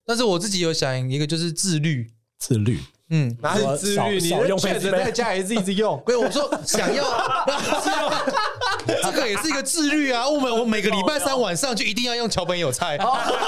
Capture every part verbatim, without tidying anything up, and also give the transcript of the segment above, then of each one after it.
但是我自己有想一个，就是自律。 自律， 嗯，哪里自律？你的确诊在家也是一直用。 不是，我说想要，这个也是一个自律啊。我们我每个礼拜三晚上就一定要用桥本有菜。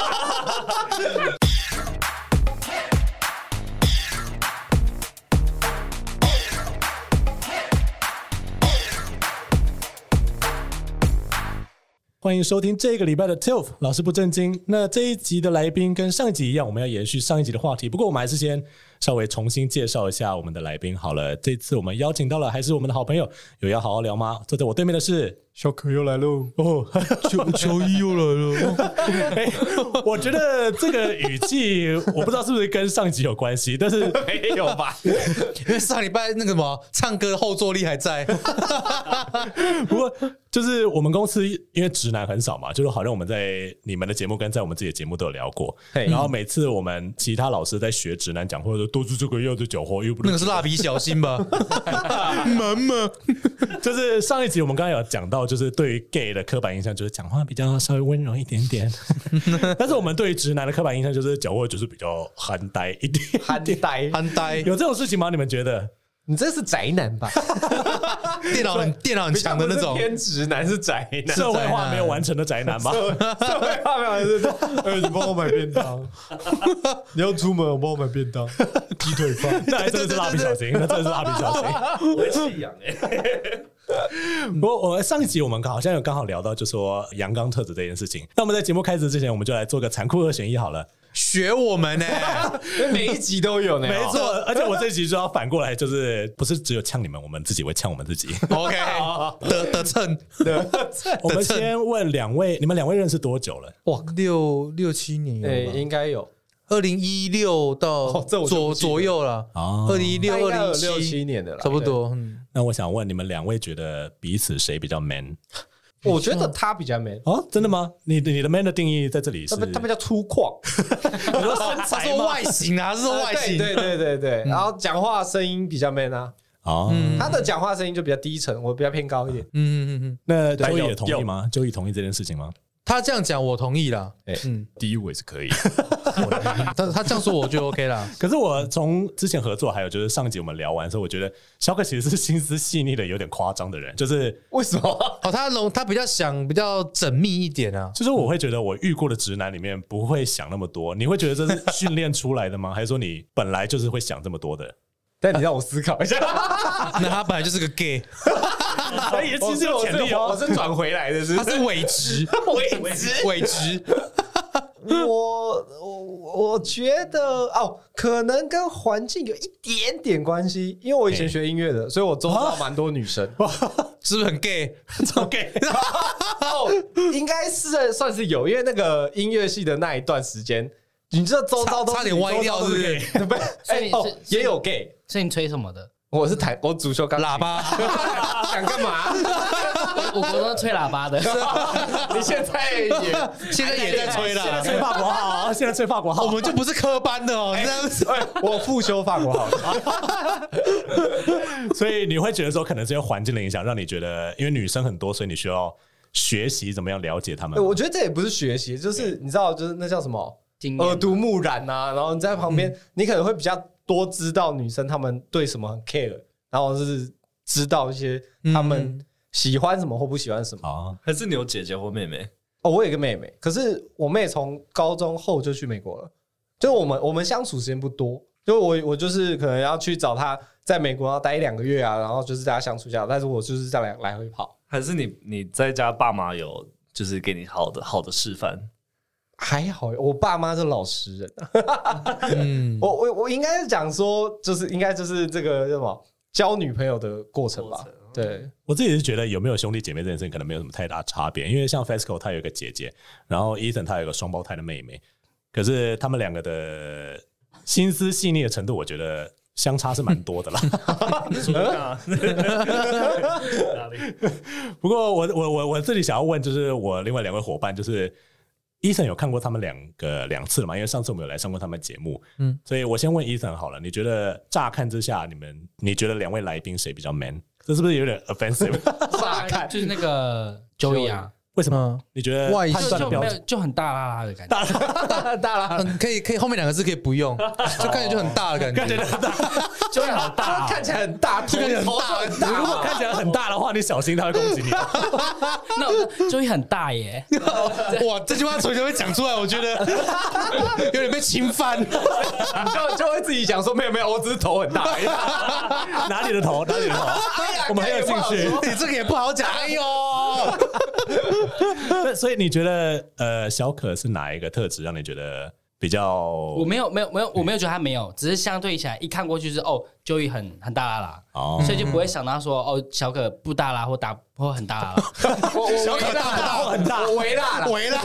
欢迎收听这个礼拜的 T I L F 老师不正经。那这一集的来宾跟上一集一样，我们要延续上一集的话题，不过我们还是先稍微重新介绍一下我们的来宾好了。这次我们邀请到了还是我们的好朋友，有要好好聊吗？坐在我对面的是小可又来喽， 哦， 球球衣又来了。 欸、我觉得这个语气，我不知道是不是跟上一集有关系，但是没有吧？ 因为上礼拜那个什么唱歌后坐力还在。 不过就是我们公司因为直男很少嘛，就是好像我们在你们的节目跟在我们自己的节目都有聊过。然后每次我们其他老师在学直男讲话说都是这个又是酒后又不是， 那个是蜡笔小新吧？妈妈， 就是上一集我们刚刚有讲到。就是对于 gay 的刻板印象就是讲话比较稍微温柔一点点，但是我们对于直男的刻板印象就是讲话就是比较憨呆一点， 憨呆憨呆， 有这种事情吗？你们觉得？ 你这是宅男吧？ 电脑很电脑很强的那种， 偏直男是宅男， 社会化没有完成的宅男吧？ 社会化没有完成的。哎，你帮我买便当，你要出门，我帮我买便当，鸡腿饭， 那还真的是蜡笔小新，那真的是蜡笔小新， 我会弃养哎。 不过我上一集我们好像有刚好聊到，就说阳刚特质这件事情。那我们在节目开始之前，我们就来做个残酷二选一好了。 学我们呢、欸， 每一集都有呢， 没错。而且我这一集就要反过来，就是不是只有呛你们，我们自己会呛我们自己。 OK， 得得蹭得蹭。 我们先问两位，你们两位认识多久了？ 哇，六六七年有吧、 欸，应该有。 二零一六到左左右了，二零一六、二零一七、 六七年的了， 差不多。嗯， 那我想问你们两位，觉得彼此谁比较 man？ 我觉得他比较 man 哦，真的吗？你你的 man 的定义在这里是？ 他比较粗犷， 你说身材吗？ 说外形啊，是说外形， 对对对对。然后讲话声音比较 man 啊， 哦， 他的讲话声音就比较低沉，我比较偏高一点。 嗯嗯嗯。 那Joey也同意吗？Joey同意这件事情吗？ 他这样讲，我同意啦。 哎、欸，嗯，第一我也是可以， 但是他这样说我就 OK 啦。 可是我从之前合作，还有就是上集我们聊完的时候，我觉得小可其实是心思细腻的，有点夸张的人。就是为什么？ 哦，他容他比较想比较缜密一点啊。 就是我会觉得我遇过的直男里面不会想那么多。你会觉得这是训练出来的吗？还是说你本来就是会想这么多的？ 但你让我思考一下， 那他本来就是个 gay， 所以其实有潜力哦。 我是转回来的是不是， 他是伪直， 伪直， 伪直。 我我我觉得哦，可能跟环境有一点点关系，因为我以前学音乐的，所以我周遭蛮多女生， 是不是很 gay？ 超 gay 哦，应该是算是有，因为那个音乐系的那一段时间。你这周遭都差点歪掉，是不是？ 不是，哎哦，也有 gay， 所以你吹什么的？ 我是弹，我主修钢琴喇叭， 想干嘛？ 我国中吹喇叭的， 你现在也现在也在吹了， 现在吹法国号，现在吹法国号， 我们就不是科班的哦，你这样子。 我复修法国号， 所以你会觉得说，可能这些环境的影响，让你觉得，因为女生很多，所以你需要学习怎么样了解她们。 我觉得这也不是学习，就是你知道，就是那叫什么？耳濡目染啊，然后你在旁边、嗯，你可能会比较多知道女生她们对什么很 care， 然后是知道一些她们喜欢什么或不喜欢什么。 啊、 嗯，还是你有姐姐或妹妹？ 哦，我有一个妹妹，可是我妹从高中后就去美国了，就我们我们相处时间不多，就我我就是可能要去找她，在美国要待一两个月啊，然后就是大家相处一下，但是我就是这样来回跑。 还是你你在家爸妈有就是给你好的好的示范？ 还好，我爸妈是老实人。嗯，我我我应该是讲说，就是应该就是这个叫什么交女朋友的过程吧。对， 我自己是觉得有没有兄弟姐妹这件事情可能没有什么太大差别，因为像 Fesco 他有一个姐姐，然后 Ethan 他有一个双胞胎的妹妹，可是他们两个的心思细腻的程度，我觉得相差是蛮多的啦。不过我我我我这里想要问，就是我另外两位伙伴，就是。Ethan 有看过他们两个两次了嘛？因为上次我们有来上过他们节目，嗯，所以我先问 Ethan 好了，你觉得乍看之下，你们你觉得两位来宾谁比较 man？ 这是不是有点 offensive？ 乍看就是那个 Joey 啊， 为什么？你觉得外判就就没有断的标准？ 就很大啦啦的感觉， 大大啦， 嗯，可以可以，后面两个字可以不用，就看起来就很大的感觉。 就会好大哦。 看起来很大，头看起来很大头就很大。 如果看起来很大的话，你小心它会攻击你。 那我就会很大耶， 哇，这句话从前会讲出来，我觉得有点被侵犯。 就就会自己想说没有没有，我只是头很大而已。 哪里的头？哪里的头？我们很有兴趣。 你这个也不好讲，哎呦。 那所以你觉得呃，小可是哪一个特质让你觉得比较？ 我没有没有没有我没有觉得他没有，只是相对起来一看过去是哦，Joey 很很大啦啦， 哦， 所以就不会想到说哦，小可不大啦或大或很大啦。 小可大大很大我微辣了， 围了，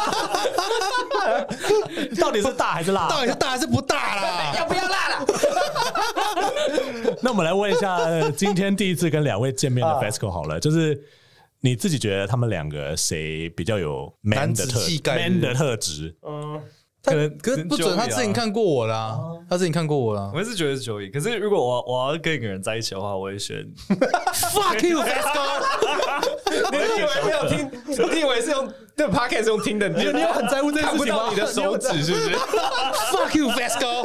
到底是大还是辣？ 到底是大还是不大啦？ 要不要辣了？ 那我们来问一下，呃今天第一次跟两位见面的 Fesco 好了，就是你自己觉得他们两个谁比较有 man 的特男子气概 ，man 的特质？ 嗯， 他可能可是不准，他之前看过我啦，他之前看过我啦。 我也是觉得是Joey，可是如果我我要跟一个人在一起的话，我会选 Fuck you, Fesco！ 你以为没有听？你以为是用这 podcast 用听的？你你有很在乎这件看不事情吗到你的手指是不是？ Fuck you, Fesco！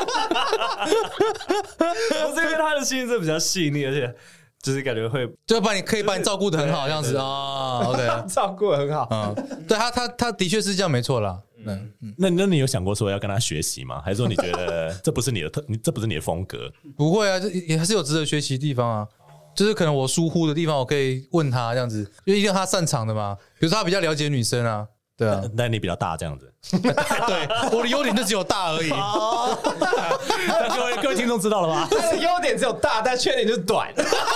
不是因为他的心思比较细腻，而且就是感觉会就把你可以把你照顾的很好，这样子啊。OK， 照顾得很好。 嗯，对他他他的确是这样，没错啦。嗯， 那那你有想过说要跟他学习吗？还是说你觉得这不是你的特，你这不是你的风格？ 不会啊，这也还是有值得学习的地方啊。就是可能我疏忽的地方，我可以问他这样子，因为一定他擅长的嘛。比如说他比较了解女生啊，对啊， 但你比较大这样子。 对，我的优点就只有大而已。 那各位各位听众知道了吧？ 他的优点只有大，但缺点就是短。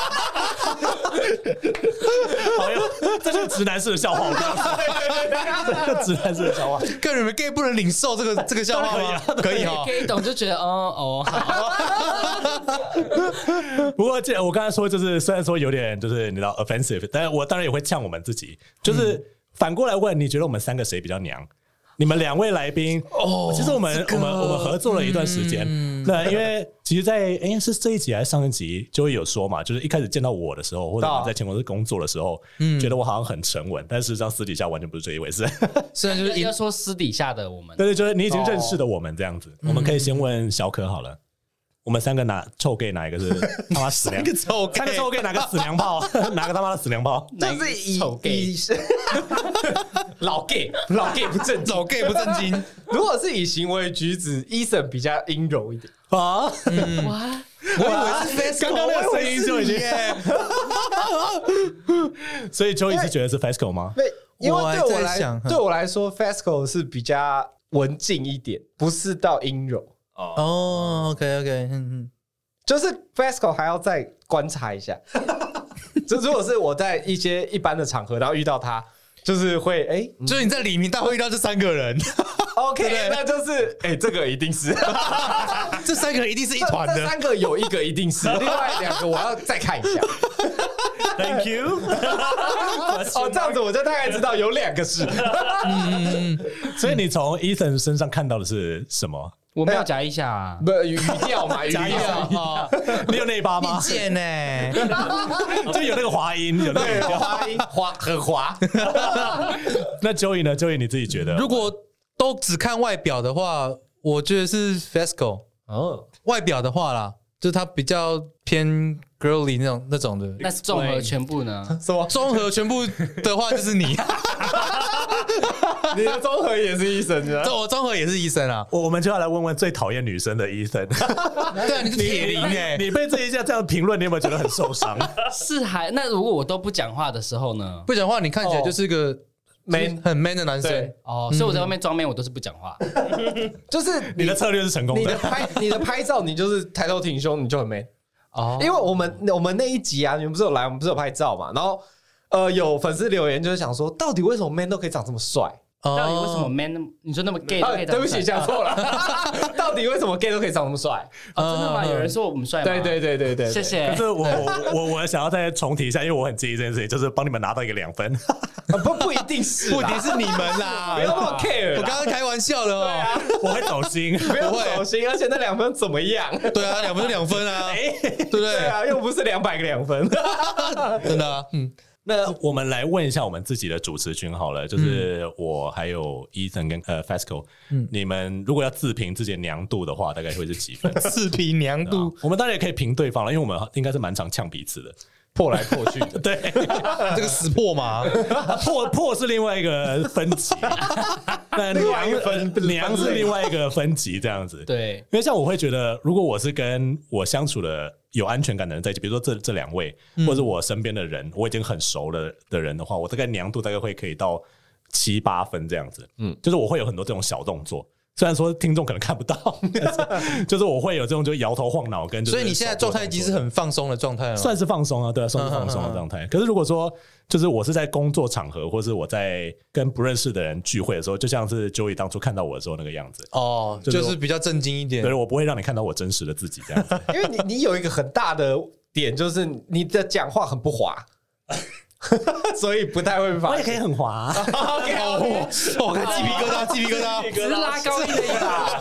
好哟，这就是直男式的笑话。这直男式的笑话， 个人们 gay 不能领受这个这个笑话吗？可以哈可。以懂就觉得哦哦好。 不过这我刚才说，就是虽然说有点就是你知道 offensive， 但是我当然也会呛我们自己。就是反过来问，你觉得我们三个谁比较娘？你们两位来宾哦，其实我们、这个、我们我们合作了一段时间。嗯、那因为其实在，在哎是这一集还是上一集，就会有说嘛，就是一开始见到我的时候，或者我们在前公司工作的时候，嗯，觉得我好像很沉稳，但事实上私底下完全不是这一回事。 虽然就是要说私底下的我们， 对对，就是你已经认识的我们这样子。哦、我们可以先问小可好了。我们三个哪臭 gay 哪一个是他妈死娘？ 三个臭 gay， 三个臭 gay 哪个死娘炮？哪个他妈的死娘炮？ 就是以臭 gay 以老 gay 老 gay 不正经， 老 gay 不正经。 如果是以行为举止，Eason 比较阴柔一点啊。 嗯， 哇， 我以为是 Fesco， 刚刚那个声音就已经耶。 所以 Joey 是觉得是 Fesco 吗？ 对，因为对我来想对我来说 ，Fesco 是比较文静一点，不是到阴柔。 哦 ，OK OK， 嗯嗯。 就是 Fesco 还要再观察一下，就如果是我在一些一般的场合，然后遇到他，就是会哎，欸嗯、 就是你在李明大会遇到这三个人 ，OK， 那就是哎、欸，这个一定是， 这三个人一定是一团的， 这三个有一个一定是，另外两个我要再看一下。 Thank you 哦，这样子我就大概知道有两个是。 嗯，所以你从 Ethan 身上看到的是什么？ 我没有夹一下啊， 不语调嘛，语调， 你有内八吗？ 意见呢？ 就有那个滑音，有那个滑音，滑很滑。 那 Joey 呢 ？Joey 你自己觉得？ 如果都只看外表的话，我觉得是 Fesco。哦，外表的话啦，就是他比较偏 girly 那种那种的。 那是综合全部呢？ 什么？ 综合全部的话就是你。 你的综合也是医生的， 我综合也是医生啊。 我们就要来问问最讨厌女生的医生。 对啊，你是铁林哎， 你被这一下这样评论，你有没有觉得很受伤？ 是还那如果我都不讲话的时候呢？ 不讲话，你看起来就是个 man 很 man 的男生哦，所以我在外面装 man，我都是不讲话。 就是你的策略是成功的。 你的拍你的拍照，你就是抬头挺胸，你就很 man。哦，因为我们我们那一集啊，你们不是有来，我们不是有拍照嘛？然后呃，有粉丝留言就是想说，到底为什么 man 都可以长这么帅？ 到底为什么 man 你说那么 gay 都可以长这么帅？ 对不起，讲错了。到底为什么 gay 都可以长这么帅？ 哦，真的吗？有人说我们帅吗？ 对对对对对， 谢谢。 可是我我我想要再重提一下，因为我很介意这件事情，就是帮你们拿到一个两分。 不不一定是， 不一定是你们啦， 不要那么 care。 我刚刚开玩笑的哦， 我会走心， 不要走心，而且那两分怎么样？ 对啊，两分就两分啊，对不对？ 对啊，又不是两百个两分， 真的啊。嗯， 那我们来问一下我们自己的主持群好了，就是我还有 Ethan 跟呃 Fasco，、嗯、你们如果要自评自己的娘度的话，大概会是几分？ 自评娘度， 我们当然也可以评对方了，因为我们应该是蛮常呛彼此的。 破来破去的， 对， 这个死破嘛， 破破是另外一个分级，那娘娘是另外一个分级，这样子。 对， 因为像我会觉得，如果我是跟我相处的有安全感的人在一起，比如说这这两位，嗯、或者我身边的人，我已经很熟了的人的话，我大概娘度大概会可以到七八分这样子。嗯，就是我会有很多这种小动作。虽然说听众可能看不到，就是我会有这种就摇头晃脑跟， 所以你现在状态已经是很放松的状态了， 算是放松啊，对啊，算是放松的状态。可是如果说就是我是在工作场合，或是我在跟不认识的人聚会的时候，就像是 Joey 当初看到我的时候那个样子， 哦，就是、就是比较震惊一点。 对，我不会让你看到我真实的自己这样子， 因为你你有一个很大的点，就是你的讲话很不滑。所以不太会发。 我也可以很滑、啊。 OK， 我看鸡皮疙瘩，鸡皮疙瘩， 只是拉高一点吧。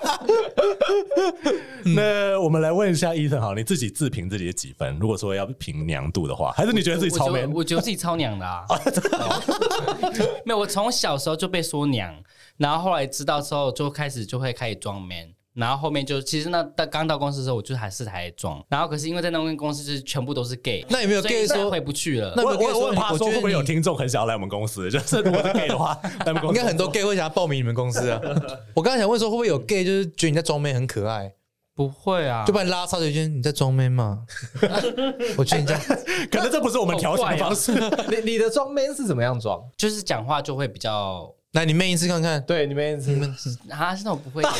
那我们来问一下Ethan，好，你自己自评自己的几分？如果说要评娘度的话，还是你觉得自己超 man？ 我, 我觉得自己超娘的啊。没有，我从小时候就被说娘，然后后来知道之后，就开始就会开始装 man。然后后面就其实那刚到公司的时候，我就还是还装，然后可是因为在那间公司就是全部都是 gay， 那有没有 gay 说回不去了？ 那我我很怕说会不会有听众很想要来我们公司，就是如果是 gay 的话，来我们公司应该很多 gay 会想要报名你们公司啊。我刚才想问说会不会有 gay 就是觉得你在装 man 很可爱？ 不会啊， 就把你拉超就觉得你在装 man 嘛。我觉得你这样， 可能这不是我们调情的方式。 你你的装 man 是怎么样装？ 就是讲话就会比较。 来，你妹一次看看。 对，你妹一次。 啊，现在我不会讲。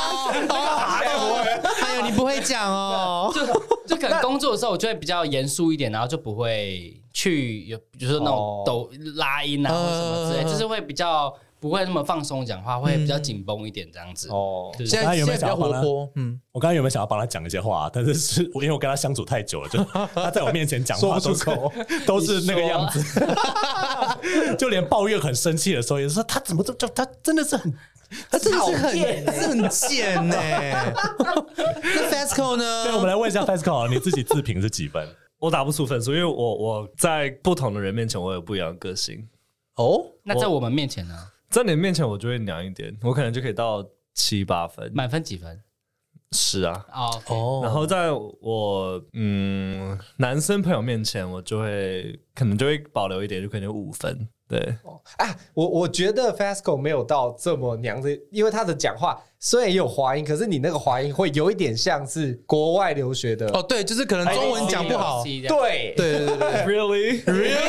哎呦，你不会讲哦。 就就可能工作的时候，我就会比较严肃一点，然后就不会去有，比如说那种抖拉音啊，或什么之类，就是会比因不会那么放松讲话，会比较紧绷一点这样子。哦， 现在有没有想要活泼？嗯， 我刚刚有没有想要帮他讲一些话？但是是因为我跟他相处太久了，就他在我面前讲话说不出口， 都是那个样子。就连抱怨很生气的时候，也是说他怎么就他真的是很， 他真的是很是很贱呢。那 Fasco 呢？ 对，我们来问一下 Fasco， 你自己自评是几分？ 我打不出分数，因为我我在不同的人面前，我有不一样的个性。 哦， 那在我们面前呢？ 在你面前我就会娘一点，我可能就可以到七八分。 满分几分？ 十啊。 哦、okay ， 然后在我嗯男生朋友面前，我就会可能就会保留一点，就可能五分。对， 哦、啊，我我觉得 Fasco 没有到这么娘的，因为他的讲话虽然也有滑音，可是你那个滑音会有一点像是国外留学的。 哦，对，就是可能中文讲不好。 对， 对对对对 ，Really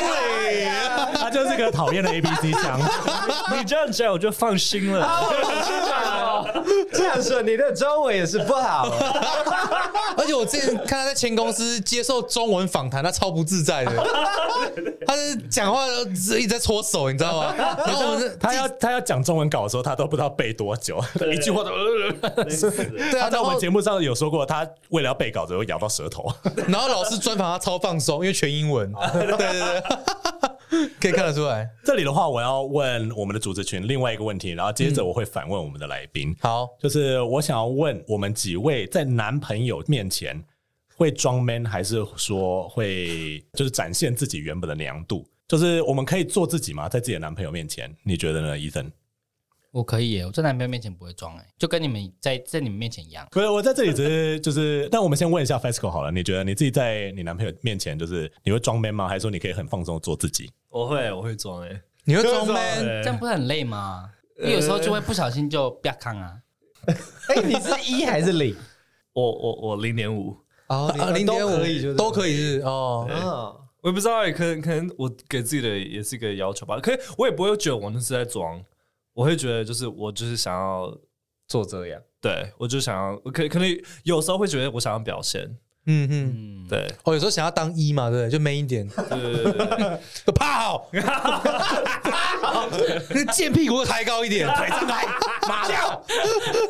Really， 他就是个讨厌的 A B C 腔。 你这样讲我就放心了。 这样说你的中文也是不好。 而且我之前看他在前公司接受中文访谈，他超不自在的。他是讲话一直在搓手，你知道吗？然后我们他要他要讲中文稿的时候，他都不知道背多久，一句话都。 对啊， 他在我们节目上有说过，他为了要背稿子会咬到舌头。 然后老师专访他超放松，因为全英文。对对对。可以看得出来。 这里的话，我要问我们的主持群另外一个问题，然后接着我会反问我们的来宾。 嗯、好， 就是我想要问我们几位在男朋友面前会装 man， 还是说会就是展现自己原本的娘度？就是我们可以做自己吗？在自己的男朋友面前，你觉得呢 ，Ethan？ 我可以耶，我在男朋友面前不会装哎，就跟你们在在你们面前一样。 不是，我在这里只是就是，但我们先问一下 Fasco 好了，你觉得你自己在你男朋友面前，就是你会装 man 吗？还是说你可以很放松做自己？ 我会，我会装哎、欸， 你会装 man， 这样不是很累吗？因为有时候就会不小心就啪康啊。 哎、欸，你是一还是零？ 我我我零点五哦，零点五可以，都可以是哦。 我也不知道，可能可能我给自己的也是一个要求吧。可是我也不会觉得我那是在装。我会觉得，就是我就是想要做这样， 对我就想要，可可能有时候会觉得我想要表现， 嗯嗯， 对， 我、哦、有时候想要当一嘛，对不对？就 man 一点， 对对对对， 怕好，怕好，那贱屁股抬高一点，腿张开，马掉，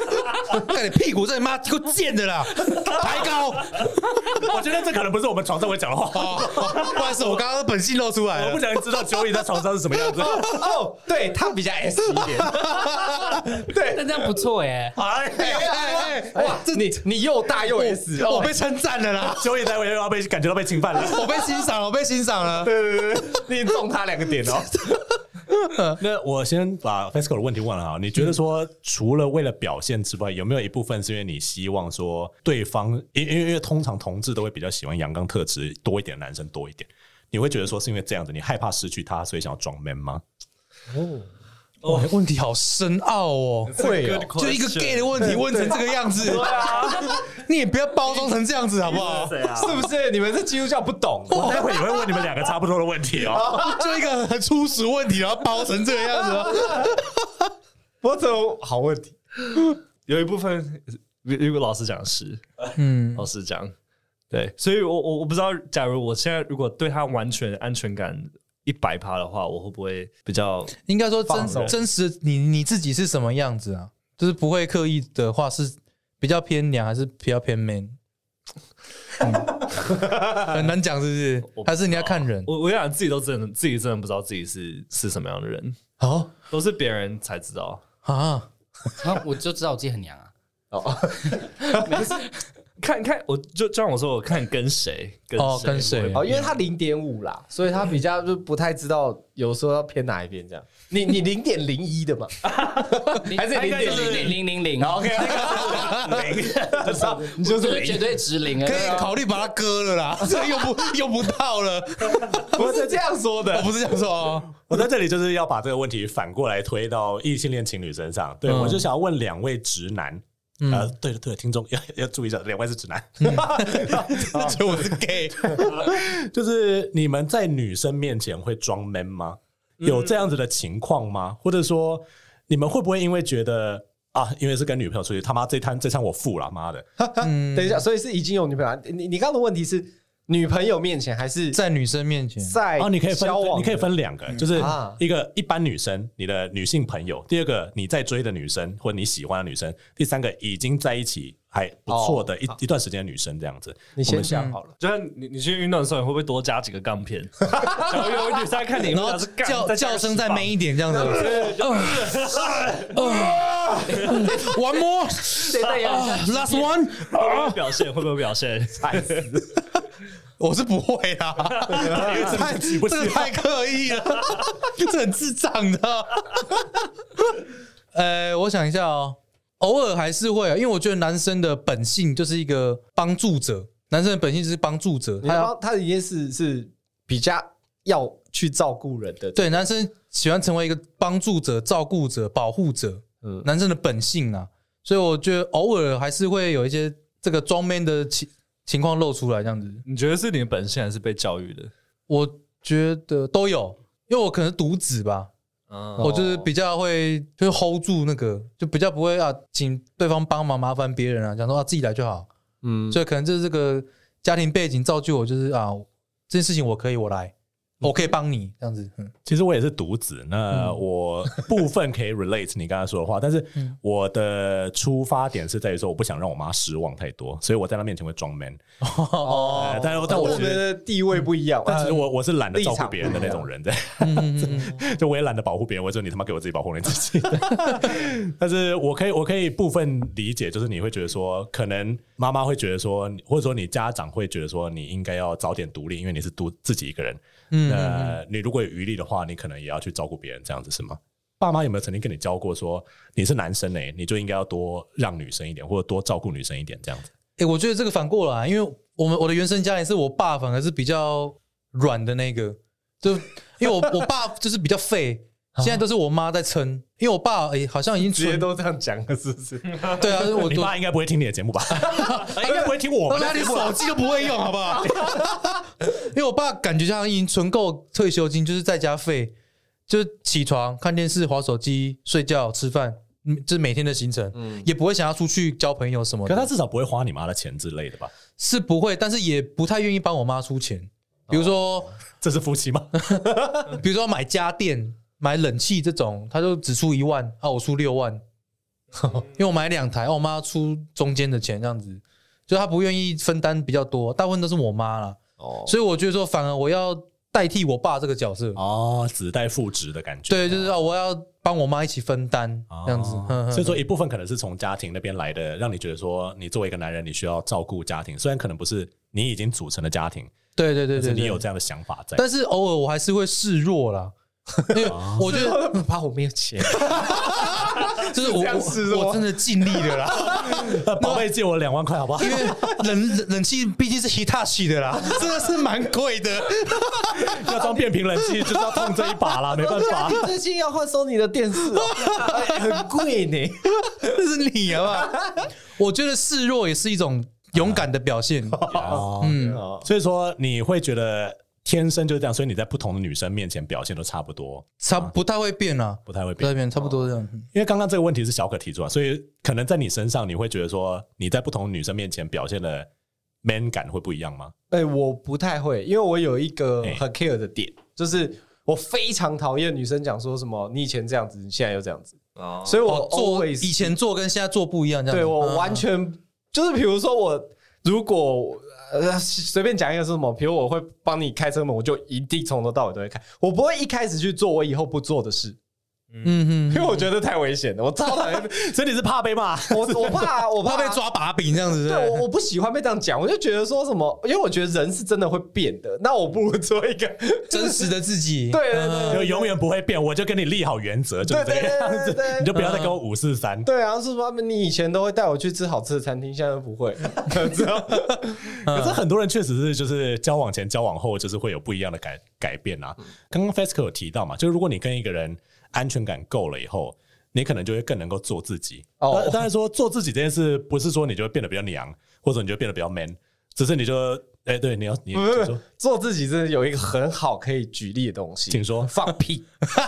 看你屁股这你妈给我贱的啦，抬高。 我觉得这可能不是我们床上会讲的话。 哦，不好意思，我刚刚本性露出来了。 我不想知道Joey在床上是什么样子。 哦，对他比较 S 一点。对， 但这样不错耶。 哎哎哎，哇，这你你又大又 S， 我被称赞了啦。 Joey 在我又要被感觉到被侵犯了。 我被欣赏了，我被欣赏了。 对对对，你中他两个点哦。 那我先把 Fesco 的问题问了啊，你觉得说除了为了表现之外，有没有一部分是因为你希望说对方，因为因为通常同志都会比较喜欢阳刚特质多一点的男生多一点，你会觉得说是因为这样子，你害怕失去他，所以想要装 man 吗？ 哦。哇，问题好深奥哦！ 会哦， 就一个 gay 的问题问成这个样子，对啊，你也不要包装成这样子好不好？ 是不是？你们是基督教不懂， 我待会也会问你们两个差不多的问题哦。 就一个很粗俗问题，然后包成这个样子哦。 我怎么好问题？ 有一部分，如果老师讲是， 嗯， 老师讲对，所以我我我不知道，假如我现在如果对他完全安全感一百趴的话，我会不会比较应该说真真实你你自己是什么样子啊？就是不会刻意的话，是比较偏娘还是比较偏 man？、嗯、很难讲，是不是？还是你要看人？ 我我想自己都真的自己真的不知道自己是是什么样的人， 哦， 都是别人才知道啊。 啊，我就知道我自己很娘啊。 哦， 没事。 看看，我就就像我说，我看跟谁，跟谁哦，跟谁哦，因为他零点五啦，所以他比较就不太知道，有时候要偏哪一边这样。你你零点零一的嘛，还是零点零零零零零 ？OK， 零， 你就是绝对值零， 可以考虑把它割了啦，这用不用不到了。 不是这样说的， 我不是这样说哦。 我在这里就是要把这个问题反过来推到异性恋情侣身上。对、嗯、我就想要问两位直男。嗯、呃，对了对了，听众要要注意一下，两位是直男， 嗯、所以我是 gay。 就是你们在女生面前会装 man 吗？有这样子的情况吗？或者说你们会不会因为觉得啊，因为是跟女朋友出去，他妈这摊这餐我付了，妈的！ 嗯、等一下，所以是已经有女朋友？你你刚刚的问题是女朋友面前还是在女生面前？ 在哦，你可以分，你可以分两个， 嗯、 就是一个一般女生，你的女性朋友；第二个你在追的女生或者你喜欢的女生；第三个已经在一起还不错的一、哦、一段时间的女生，这样子。 你先想好了， 就像你你去运动的时候，你会不会多加几个杠片？假如有女生看你， 然后叫叫声再 man 一点，这样子。One more, last one。 会不会表现？会不会表现？ 我是不会啦，太这个太刻意了，这很智障的。呃，我想一下哦，偶尔还是会，因为我觉得男生的本性就是一个帮助者，男生的本性就是帮助者， 他要他的意思是比较要去照顾人的， 对，男生喜欢成为一个帮助者、照顾者、保护者，嗯，男生的本性啊，所以我觉得偶尔还是会有一些这个装 man 的情情况露出来，这样子。 你觉得是你的本性还是被教育的？ 我觉得都有，因为我可能是独子吧。哦、我就是比较会就是 hold 住那个，就比较不会啊，请对方帮忙麻烦别人啊，讲说啊自己来就好，嗯，所以可能就是这个家庭背景造就我，就是啊这件事情我可以我来，我可以帮你这样子。嗯， 其实我也是独子，那我部分可以 relate 你刚才说的话，但是我的出发点是在于说我不想让我妈失望太多，所以我在她面前会装 man。哦，呃、但是但我觉得地位不一样， 但其实我我是懒得照顾别人的那种人，对，就我也懒得保护别人，我说你他妈给我自己保护你自己。但是我可以我可以部分理解，就是你会觉得说，可能妈妈会觉得说，或者说你家长会觉得说，你应该要早点独立，因为你是独自己一个人。嗯，那你如果有余力的话，你可能也要去照顾别人，这样子是吗？爸妈有没有曾经跟你教过说，你是男生欸，你就应该要多让女生一点，或者多照顾女生一点这样子？ 欸，我觉得这个反过来，因为我们我的原生家庭是我爸反而是比较软的那个，就因为我我爸就是比较废，现在都是我妈在撑，因为我爸欸好像已经直接都这样讲了，是不是？ 对啊，我你爸应该不会听你的节目吧？应该不会听我们的节目， 连手机都不会用，好不好？因为我爸感觉像已经存够退休金，就是在家废，就是起床看电视、滑手机、睡觉、吃饭。这是每天的行程，嗯，也不会想要出去交朋友什么的。 可他至少不会花你妈的钱之类的吧？ 是不会，但是也不太愿意帮我妈出钱。比如说，哦、 这是夫妻吗？ 比如说买家电、买冷气这种，他就只出一万，啊，我出六万， 因为我买两台，我妈出中间的钱这样子，就她不愿意分担比较多，大部分都是我妈啦。哦，所以我觉得说，反而我要代替我爸这个角色。 哦，子代父职的感觉。 对，就是我要帮我妈一起分担这样子。 哦、所以说一部分可能是从家庭那边来的，让你觉得说，你作为一个男人，你需要照顾家庭，虽然可能不是你已经组成了家庭。 对对对 对, 对， 你有这样的想法在， 但是偶尔我还是会示弱啦。因为我觉得怕我没有钱， 就是我我, 我真的尽力了啦。 宝贝借我两万块好不好？ 因为冷冷气毕竟是 Hitachi 的啦，真的是蛮贵的。 要装变频冷气就是要痛这一把啦，没办法。 最近要换Sony的电视、哦，很贵呢。 这是你啊嘛？我觉得示弱也是一种勇敢的表现。 哦、嗯，所以说你会觉得。天生就是这样，所以你在不同的女生面前表现都差不多， 差不太会变啊， 不太会变， 不太变，差不多这样。 因为刚刚这个问题是小可提出来，所以可能在你身上，你会觉得说你在不同的女生面前表现的 man 感会不一样吗？ 哎、欸，我不太会，因为我有一个很 care 的点，欸、就是我非常讨厌女生讲说什么你以前这样子，你现在又这样子，哦、所以我做以前做跟现在做不一样，这样子。 对我完全、嗯、就是比如说我如果。呃，随便讲一个是什么，比如我会帮你开车门，我就一定从头到尾都会开，我不会一开始去做我以后不做的事。嗯哼，因为我觉得太危险了，我超讨厌， 所以你是怕被骂？ 我我怕，我怕被抓把柄这样子。 对，我我不喜欢被这样讲，我就觉得说什么，因为我觉得人是真的会变的，那我不如做一个真实的自己。 对对对， 就永远不会变，我就跟你立好原则，就是这个样子，你就不要再跟我五四三。 对啊，是说你以前都会带我去吃好吃的餐厅，现在都不会。可是很多人确实是就是交往前、交往后，就是会有不一样的改改变啊。刚刚 Fesco 有提到嘛，就是如果你跟一个人。安全感够了以后，你可能就会更能够做自己。哦，当然说做自己这件事，不是说你就会变得比较娘，或者你就会变得比较 man， 只是你就哎、欸，对，你要你说做自己，真的有一个很好可以举例的东西， 请说， 放屁。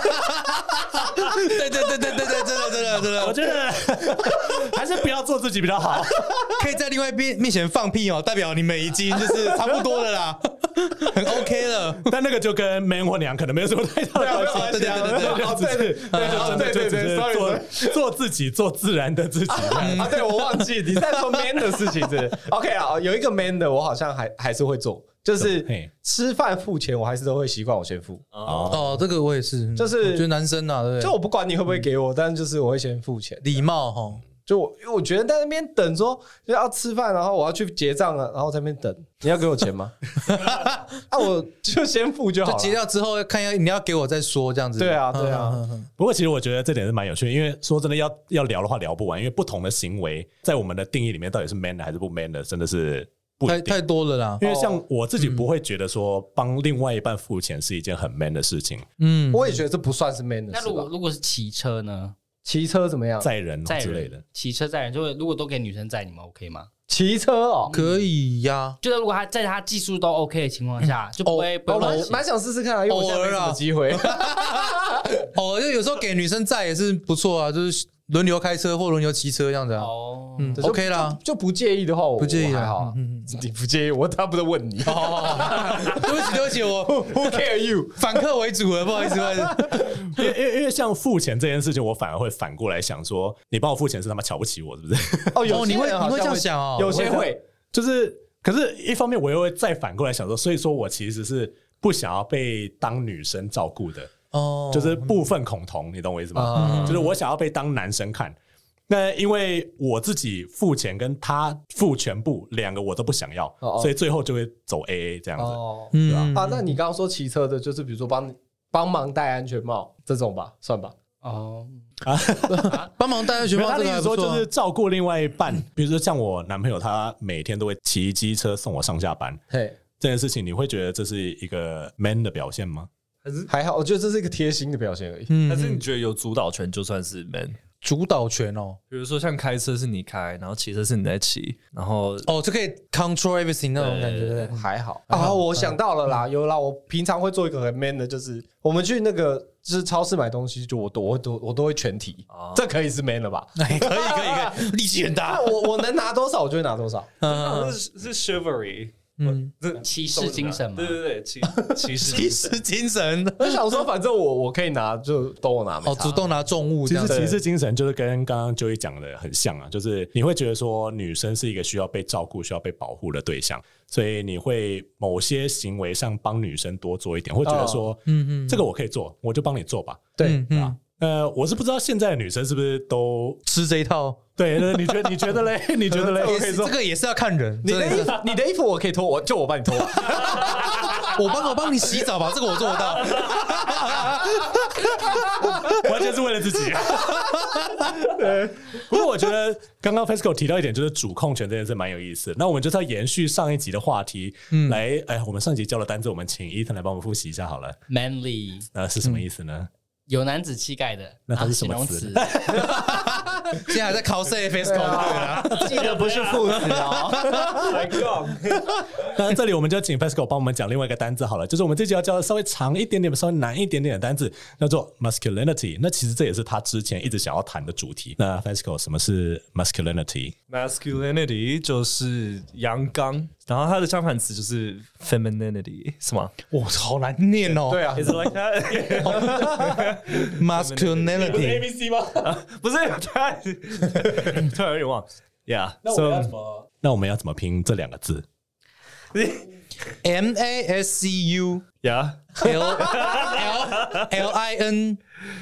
对对对对对对，真的真的真的， 我觉得还是不要做自己比较好。 可以在另外一边面前放屁哦，代表你们已经就是差不多了啦，很 OK 了。 但那个就跟 man 或娘可能没有什么太大的关系。 对对对对对对对对对， 做做自己，做自然的自己。 啊，对我忘记你在说 man 的事情是 OK 啊，有一个 man 的，我好像还还是会做。就是吃饭付钱，我还是都会习惯我先付。 哦, 哦，这个我也是， 就是我觉得男生啊，对不对？ 就我不管你会不会给我，嗯、但是就是我会先付钱， 礼貌哈。 就我因为我觉得在那边等说就要吃饭，然后我要去结账了，然后在那边等，你要给我钱吗？啊，我就先付就好了。 就结掉之后看一下，你要给我再说这样子。 对啊，对啊。嗯嗯、不过其实我觉得这点是蛮有趣的，因为说真的要要聊的话聊不完，因为不同的行为在我们的定义里面到底是 man 的还是不 man 的，真的是。 太太多了啦， 因为像我自己不会觉得说帮另外一半付钱是一件很 man 的事情。 嗯，我也觉得这不算是 man 的事。 那如果如果是骑车呢？ 骑车怎么样？ 载人之类的， 骑车载人，就如果都给女生载，你们 OK 吗？ 骑车哦， 可以呀。 就是如果他在他技术都 OK 的情况下，就不会不会蛮想试试看啊，因为我现在没什么机会。 哦，就有时候给女生载也是不错啊，就是轮流开车或轮流骑车这样子啊。哦，嗯 ，OK 啦， 就不介意的话，我不介意还好。嗯，你不介意，我他不是问你。 对不起，对不起，我 Who care you？ 反客为主了，不好意思，不好意思。 因为因为因为像付钱这件事情，我反而会反过来想说，你帮我付钱是他妈瞧不起我，是不是？ 哦，有你会你会这样想哦， 有些会， 就是可是一方面我又会再反过来想说，所以说我其实是不想要被当女生照顾的。哦，就是部分恐同，你懂我意思吗？嗯、就是我想要被当男生看，那因为我自己付钱跟他付全部两个我都不想要，哦哦所以最后就会走 A A 这样子，哦、对吧？ 啊，那你刚刚说骑车的，就是比如说帮帮忙戴安全帽这种吧，算吧。哦啊，帮忙戴安全帽， 他的意思说就是照顾另外一半，比如说像我男朋友，他每天都会骑机车送我上下班，嘿，这件事情你会觉得这是一个 man 的表现吗？ 还是还好，我觉得这是一个贴心的表现而已。 嗯，但是你觉得有主导权就算是 man？ 主导权哦， 比如说像开车是你开，然后骑车是你在骑，然后哦，就可以 control everything 那种感觉，对， 还好啊。我想到了啦，有啦，我平常会做一个很 man 的，就是我们去那个就是超市买东西，就我都我都我都会全提，哦、这可以是 man 了吧？ 可以可以可以，力气很大。 我我能拿多少，我就会拿多少。 嗯，是是 chivalry。 嗯， 骑士精神嘛， 对对对，骑骑士骑士精神。 我想说，反正我我可以拿，就都我拿。 哦，主动拿重物这样子。 其实骑士精神就是跟刚刚 Joey 讲的很像啊，就是你会觉得说女生是一个需要被照顾、需要被保护的对象，所以你会某些行为上帮女生多做一点，会觉得说，嗯嗯，这个我可以做，我就帮你做吧。 对， 嗯嗯。 呃，我是不知道现在的女生是不是都吃这一套。 对，你觉得你觉得嘞？你觉得嘞？ 这个也是要看人。 你的衣服，你的衣服我可以脱，我就我帮你脱。 我帮我帮你洗澡吧，这个我做得到。 完全是为了自己。对，不过我觉得刚刚 Fesco 提到一点，就是主控权这件事蛮有意思的。那我们就是要延续上一集的话题，嗯、来，哎，我们上一集教的单字，我们请 Ethan 来帮我们复习一下好了。 Manly， 呃，是什么意思呢？ 嗯有男子气概的， 那它是什么词？ 现在还在考 C F S 考对啊， 记得不是副词哦。 那这里我们就请 Fesco 帮我们讲另外一个单字好了，就是我们这集要教的稍微长一点点、稍微难一点点的单字，叫做 masculinity。那其实这也是他之前一直想要谈的主题。那 Fesco 什么是 masculinity？ Masculinity 就是阳刚，然后它的相反词就是 femininity， 是吗？ 哇，好难念哦。 对啊 ，Is it like that？ Masculinity A B C 吗？ 不是，突然突然有点忘。Yeah， 那我们要怎么？那我们要怎么拼这两个字 ？M A S C U Yeah L L L I N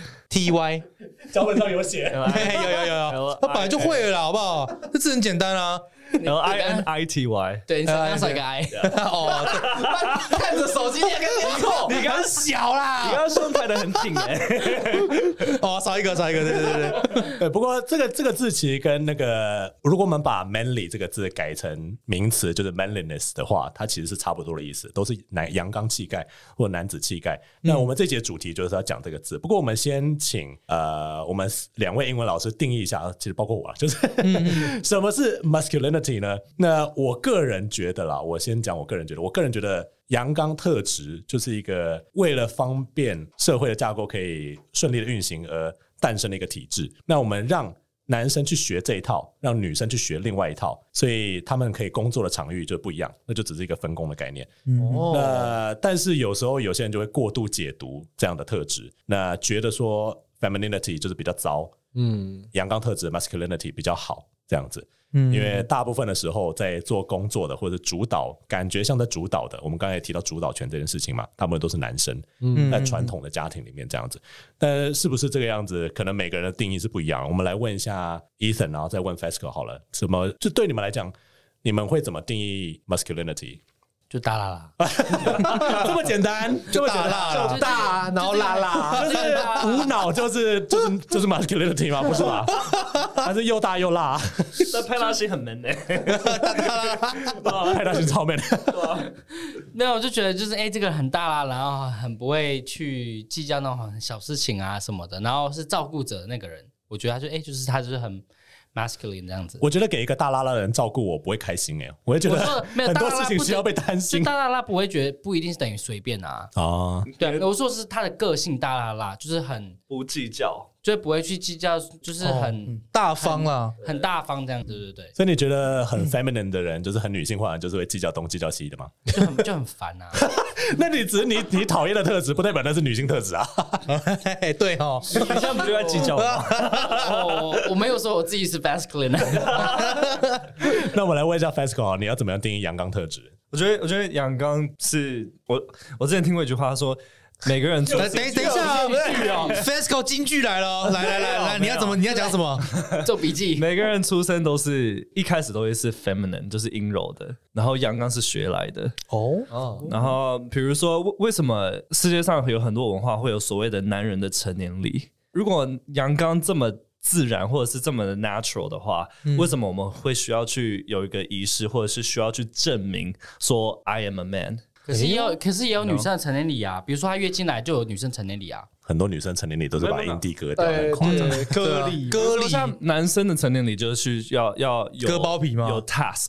T Y， 脚本上有写。 有有有有，他本来就会了啦，好不好？这字很简单啊。 L I N I T Y， 对，你刚刚少一个 I， 哦， 看着手机你还跟你错， 你刚小啦， 你刚刚胸抬得很挺哎， 哦，少一个，少一个，对对对对。对，不过这个这个字其实跟那个，如果我们把 manly 这个字改成名词，就是 manliness 的话，它其实是差不多的意思，都是男阳刚气概或男子气概。那我们这节主题就是要讲这个字，不过我们先请呃我们两位英文老师定义一下，其实包括我啦，就是什么是 masculinity。呢？那我个人觉得啦，我先讲我个人觉得，我个人觉得阳刚特质就是一个为了方便社会的架构可以顺利的运行而诞生的一个体制。那我们让男生去学这一套，让女生去学另外一套，所以他们可以工作的场域就不一样，那就只是一个分工的概念。嗯、那但是有时候有些人就会过度解读这样的特质，那觉得说 femininity 就是比较糟，嗯，阳刚特质 masculinity 比较好这样子。嗯，因为大部分的时候在做工作的或者主导，感觉像在主导的，我们刚才也提到主导权这件事情嘛，他们都是男生，嗯，在传统的家庭里面这样子，但是不是这个样子，可能每个人的定义是不一样。我们来问一下 Ethan， 然后再问 Fesco 好了，什么就对你们来讲，你们会怎么定义 masculinity？ 就大啦啦， 这么简单， 就大啦就大，然后啦啦， 就是无脑，就是就是就是 masculinity 吗？不是吧？还是又大又辣？ 那派大星很 man 哎， 派大星超 man。 没有，我就觉得就是哎、欸，这个很大啦，然后很不会去计较那种很小事情啊什么的，然后是照顾者的那个人，我觉得他就哎、欸，就是他就是很。masculine 这样子， 我觉得给一个大拉拉的人照顾我不会开心哎，我会觉得很多事情需要被担心。 大拉拉不会觉得不一定是等于随便啊。哦，对，我说是他的个性大拉拉，就是很不计较， 就不会去计较，就是很、 哦、大方啦很，很大方这样，对对对。 所以你觉得很 feminine 的人，就是很女性化的人，就是会计较东计较西的吗？ 就很就很烦啊。 那你只是你你讨厌的特质，不代表那是女性特质啊。 对哦， 你现在不就在计较吗？ 哦，我没有说我自己是 masculine。 那我来问一下 Fesco， 你要怎么样定义阳刚特质？ 我觉得，我觉得阳刚是我我之前听过一句话说。每个人出等等一下，不是 Fesco 金句来了，来来来来，你要怎么？你要讲什么？ 做笔记。 每个人出生都是一开始都会是 feminine， 就是阴柔的，然后阳刚是学来的。哦，然后比如说，为什么世界上有很多文化会有所谓的男人的成年礼？如果阳刚这么自然或者是这么的 natural 的话，嗯、为什么我们会需要去有一个仪式，或者是需要去证明说 I am a man？ 可是也有，可是也有女生的成年礼啊，比如说她月经来就有女生成年礼啊。 很多女生成年礼都是把阴蒂割掉，很夸张。 割礼， 割礼。 像男生的成年礼就是要要有割包皮吗？ 有 task，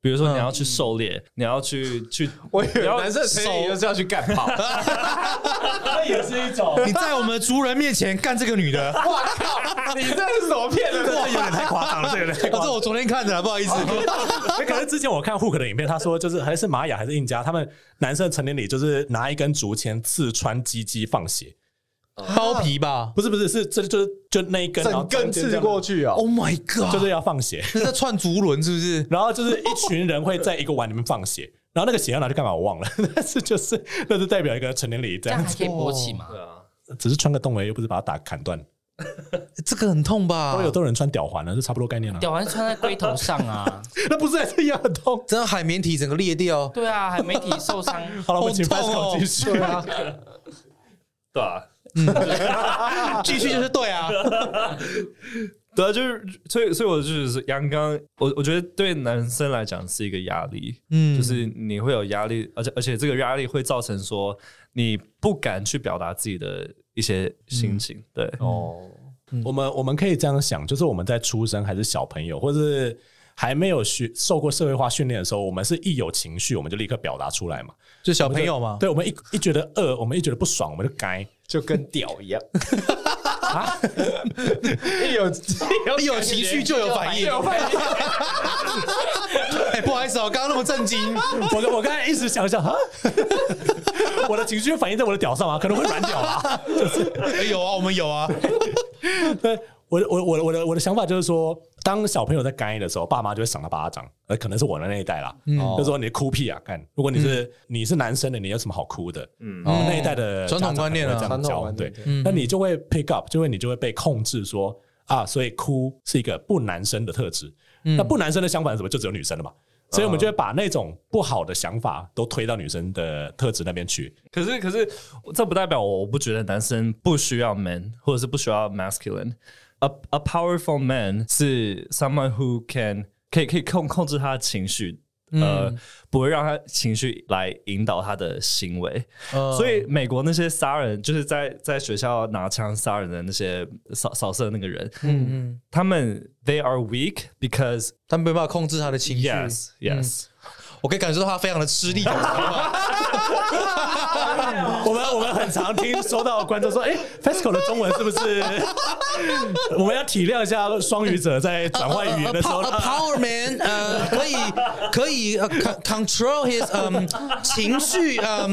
比如说你要去狩猎，你要去去， 我以为男生的成年礼就是要去干炮， 那也是一种。 你在我们族人面前干这个女的， 我靠，你这是什么骗人？ 这有点太夸张了，这有点太夸张。 这我昨天看的，不好意思。 可是之前我看 Hook 的影片，他说就是还是玛雅还是印加，他们男生的成年礼就是拿一根竹签刺穿鸡鸡放血。 包皮吧？ 不是不是，是这就是就那一根， 整根刺过去啊 ！Oh my god！ 就是要放血， 是在串竹轮是不是？ 然后就是一群人会在一个碗里面放血，然后那个血要拿去干嘛我忘了，但是就是那是代表一个成年礼这样子。 这样还可以勃起吗？ 对啊， 只是穿个洞而已，又不是把它打砍断。 这个很痛吧？ 都有都有人穿吊环了，是差不多概念了。 吊环穿在龟头上啊， 那不是还是一样的痛？ 真的海绵体整个裂掉。 对啊，海绵体受伤。 好了，我们请 Fasco 继续啊， 对啊。 嗯，继续就是对啊， 对啊，就是所以所以我就是阳刚，我我觉得对男生来讲是一个压力，嗯，就是你会有压力，而且而且这个压力会造成说你不敢去表达自己的一些心情，嗯、对哦，嗯、我们我们可以这样想，就是我们在出生还是小朋友，或是还没有学受过社会化训练的时候，我们是一有情绪我们就立刻表达出来嘛， 就小朋友嘛， 对，我们一一觉得饿，我们一觉得不爽，我们就该。 就跟屌一样，啊、一有一有情绪就有反应。哎、欸，不好意思哦、喔，刚刚那么震惊， 我我刚才一直想想啊，我的情绪反应在我的屌上吗？可能会软屌啊，就是、 欸、有啊，我们有啊。 对，我我我我的我的想法就是说，当小朋友在干的时候，爸妈就会赏他巴掌，呃，可能是我的那一代啦，嗯、就是说你哭屁啊，干！如果你是、嗯、你是男生的，你有什么好哭的？嗯，我们那一代的传统观念啊， 这样教，对，那、嗯、你就会 pick up， 就会你就会被控制说啊，所以哭是一个不男生的特质。嗯、那不男生的相反是什么？就只有女生了嘛。所以我们就会把那种不好的想法都推到女生的特质那边去。 可是，可是这不代表我不觉得男生不需要 man， 或者是不需要 masculine。A a powerful man 是 someone who can 可以可以控控制他的情绪，嗯、呃，不会让他情绪来引导他的行为。呃、所以美国那些杀人，就是在在学校拿枪杀人的那些扫扫射的那个人，嗯嗯，他们 they are weak because 他们没办法控制他的情绪。 Yes, yes、嗯。 我可以感受到他非常的吃力。 我们我们很常听收到观众说，哎、欸、，Fasco 的中文是不是？我们要体谅一下双语者在转换语言的时候。 A, a, a power man， 呃，可以可以、uh, control his 嗯、um, 情绪，嗯、um 。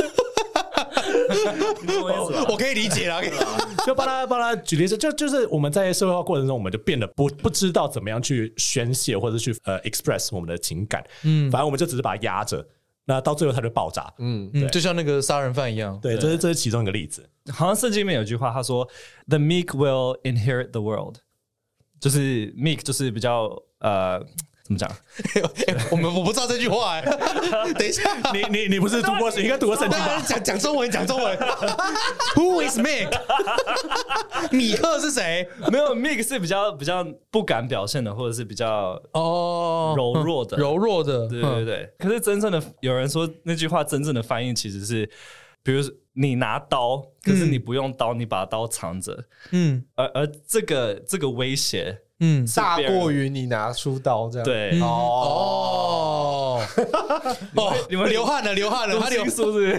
我可以理解啦， 就帮他帮他举例子，就就是我们在社会化过程中，我们就变得不不知道怎么样去宣泄或者去呃 express 我们的情感，嗯，反正我们就只是把它压着，那到最后它就爆炸， 嗯嗯，就像那个杀人犯一样， 对，这是这是其中一个例子。 好像圣经里面有句话，他说 "The meek will inherit the world"， 就是 meek 就是比较呃。怎么讲？ 我们我不知道这句话哎、欸。等一下， 你你你不是读过，你应该读过圣经吧？ 讲讲中文，讲中文。Who is Mick？ 米克是谁？ 没有 ，Mick 是比较比较不敢表现的，或者是比较哦柔弱的， 柔弱的。 对对对。可是真正的有人说那句话真正的翻译其实是，比如你拿刀，可是你不用刀，你把刀藏着。嗯。而而这个这个威胁。 嗯，大过于你拿出刀这样。 对， 哦哦，你们流汗了，流汗了，他流是不是？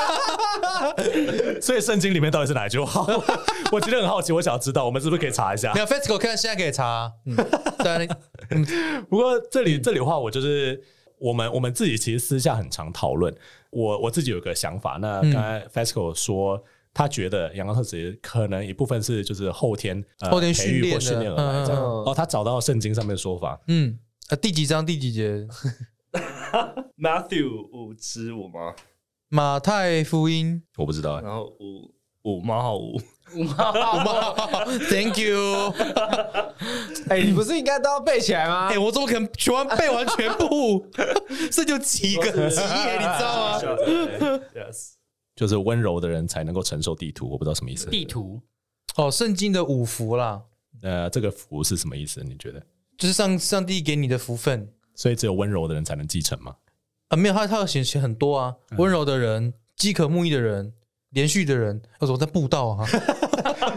所以圣经里面到底是哪一句话？我其实很好奇，我想知道，我们是不是可以查一下？ 没有 ，Fasco 看现在可以查。嗯，对。 不过这里这里的话，我就是我们我们自己其实私下很常讨论。我我自己有个想法，那刚才 Fasco 说。他觉得阳刚特质可能一部分是就是后天、呃、 后天训练或训练而来这样。嗯、哦，他找到圣经上面的说法。 嗯，呃，第几章第几节 ？Matthew 五之五吗？ 马太福音我不知道、欸。 然后五五冒号五五冒号 ，Thank you。 哎、欸，你不是应该都要背起来吗？ 哎、欸，我怎么可能全完背完全部？这就几个几页，你知道吗 ？Yes。 就是温柔的人才能够承受地图，我不知道什么意思。 地图哦，圣经的五福啦。 呃，这个福是什么意思？你觉得？ 就是上上帝给你的福分， 所以只有温柔的人才能继承吗？ 啊，没有，他他有写写很多啊，温柔的人、饥渴慕义的人、连续的人，我在布道啊。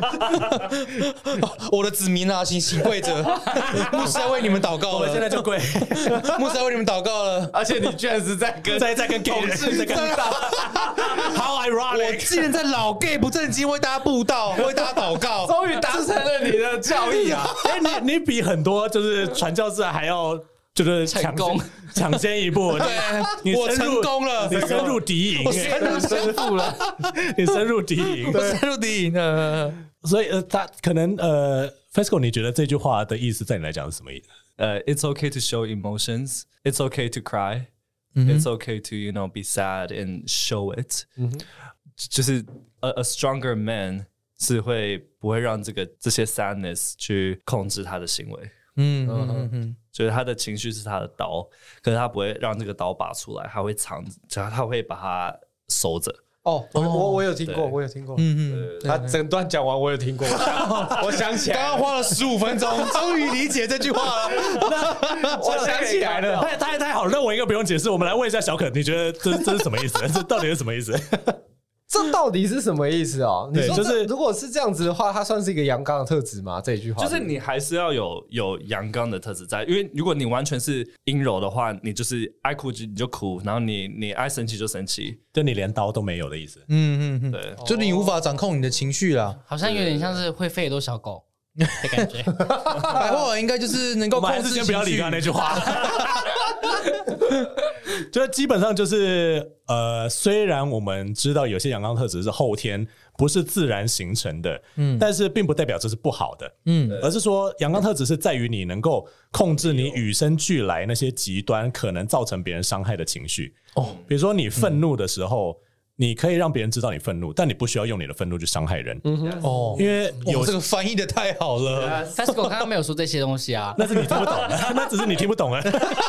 我的子民啊，请请跪着，牧师要为你们祷告了。 我们现在就跪， 牧师要为你们祷告了。 而且你居然是在跟在在跟 gay 人在跟，How ironic！ 我竟然在老 gay 不正经为大家布道，为大家祷告， 终于达成了你的教义啊！ 哎，你你比很多就是传教士还要就是成功抢先一步， 对， 你我成功了， 你深入敌营， 我深入深入了， 你深入敌营， 我深入敌营了。 所以呃，他可能呃 ，Fesco， 你觉得这句话的意思在你来讲是什么意思？ 呃、uh, ，It's okay to show emotions. It's okay to cry. Mm-hmm. It's okay to you know be sad and show it. 就是 a, a stronger man 是会不会让这个这些 sadness 去控制他的行为。 嗯嗯嗯嗯， 就是他的情绪是他的刀，可是他不会让这个刀拔出来，他会藏，他会把它收着。 哦，我我我有听过，我有听过。嗯嗯，他整段讲完，我有听过。我想起来， 刚刚花了十五分钟，终于理解这句话了。 我想起来了， 太太太好了，那我应该不用解释。我们来问一下小可，你觉得这这是什么意思？这到底是什么意思？ 这到底是什么意思哦？你说就是如果是这样子的话，它算是一个阳刚的特质吗？这一句话就是你还是要有有阳刚的特质在，因为如果你完全是阴柔的话，你就是爱哭就你就哭，然后你你爱生气就生气， 就你连刀都没有的意思。 嗯嗯嗯， 对， 就你无法掌控你的情绪啦， 好像有点像是会吠的小狗的感觉。 白话文应该就是能够控制情绪。 我们还是先不要理刚刚那句话。就基本上就是呃，虽然我们知道有些阳刚特质是后天不是自然形成的，嗯，但是并不代表这是不好的，嗯，而是说阳刚特质是在于你能够控制你与生俱来那些极端可能造成别人伤害的情绪。哦，比如说你愤怒的时候。嗯，你可以让别人知道你愤怒，但你不需要用你的愤怒去伤害人。嗯哼，哦，因为有这个翻译的太好了。 但是我刚刚没有说这些东西啊， 那是你听不懂，那只是你听不懂了。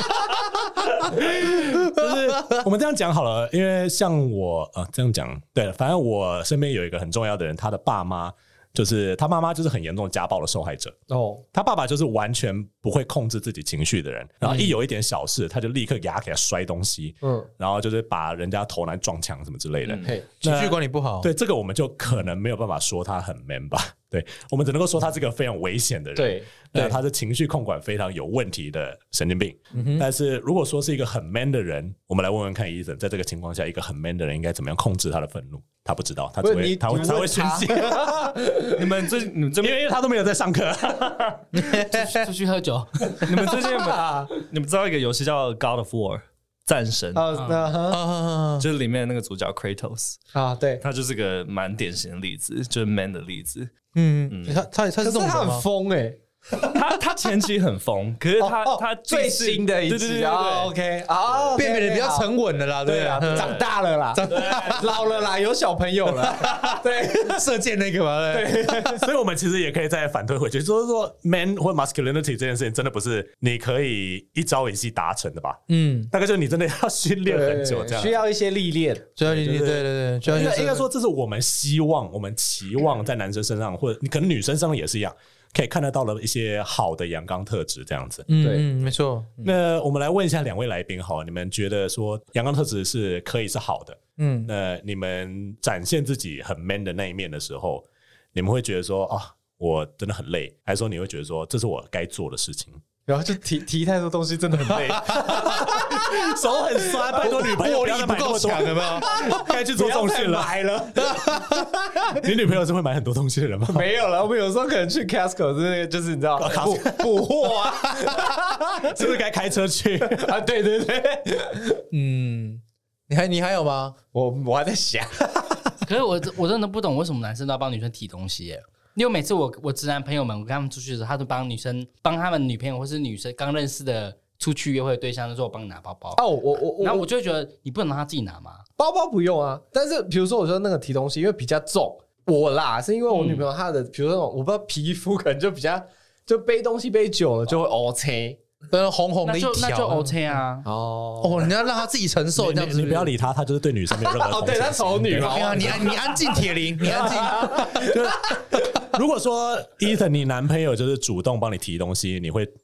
就是我们这样讲好了，因为像我呃这样讲，对，反正我身边有一个很重要的人，他的爸妈。就是他妈妈就是很严重家暴的受害者哦，他爸爸就是完全不会控制自己情绪的人，然后一有一点小事，他就立刻给他给他摔东西，嗯，然后就是把人家头拿撞墙什么之类的， 嗯，情绪管理不好， 对这个我们就可能没有办法说他很 man 吧，对我们只能够说他是个非常危险的人， 对， 对，他是情绪控管非常有问题的神经病，嗯，但是如果说是一个很 man 的人，我们来问问看Ethan，在这个情况下，一个很 man 的人应该怎么样控制他的愤怒？他不知道，他只会他会他会宣泄。 你们最你们这边， 因为他都没有在上课， 出去喝酒。 你们最近有没有？你们知道一个游戏叫 God of War 战神啊，就是里面那个主角 Kratos 啊，对， 他就是个蛮典型的例子，就是 man 的例子。 嗯嗯，他他他是这种人吗？ 他很疯哎。 他他前期很疯，可是他、哦哦、他最新的一集啊 ，OK 啊， 变得比较沉稳了啦， 对啊，长大了啦，长大老了啦，有小朋友了，对， 射箭那个嘛， 对，所以我们其实也可以再反推回去，就是说 man 或 masculinity 这件事情真的不是你可以一朝一夕达成的吧？嗯，大概就是你真的要训练很久，这样需要一些历练， 需要历练，对对对，需要应该应该说这是我们希望、我们期望在男生身上，或者你可能女生身上也是一样。可以看得到了一些好的阳刚特质，这样子。 嗯，对，嗯，没错。 那我们来问一下两位来宾，好，你们觉得说阳刚特质是可以是好的？嗯，那你们展现自己很 man 的那一面的时候，你们会觉得说啊，我真的很累，还是说你会觉得说这是我该做的事情？ 然后就提提太多东西，真的很累， 手很酸，拜托女朋友力不够强，有没有？ 该去做重训了。 买了， 你女朋友是会买很多东西的人吗？ 没有了，我们有时候可能去 Costco， 就是就是你知道补补货啊， 是不是该开车去啊？对对对， 嗯，你还你还有吗？ 我我还在想， 可是我我真的不懂为什么男生都要帮女生提东西耶。因为每次我我直男朋友们，我跟他们出去的时候，他都帮女生帮他们女朋友或是女生刚认识的出去约会的对象，就说我帮你拿包包。 哦，我我然后我就会觉得你不能让他自己拿吗？ 包包不用啊，但是比如说我说那个提东西，因为比较重，我啦是因为我女朋友她的，比如说那种我不知道皮肤可能就比较就背东西背久了就会 OK。 跟红红的一条， 那就 OK 啊。 哦哦，你要让他自己承受这样子， 你不要理他，他就是对女生没有任何同情心。 哦，对，他丑女嘛。 你你安静，铁林，你安静。 如果说 Ethan 你男朋友就是主动帮你提东西，你会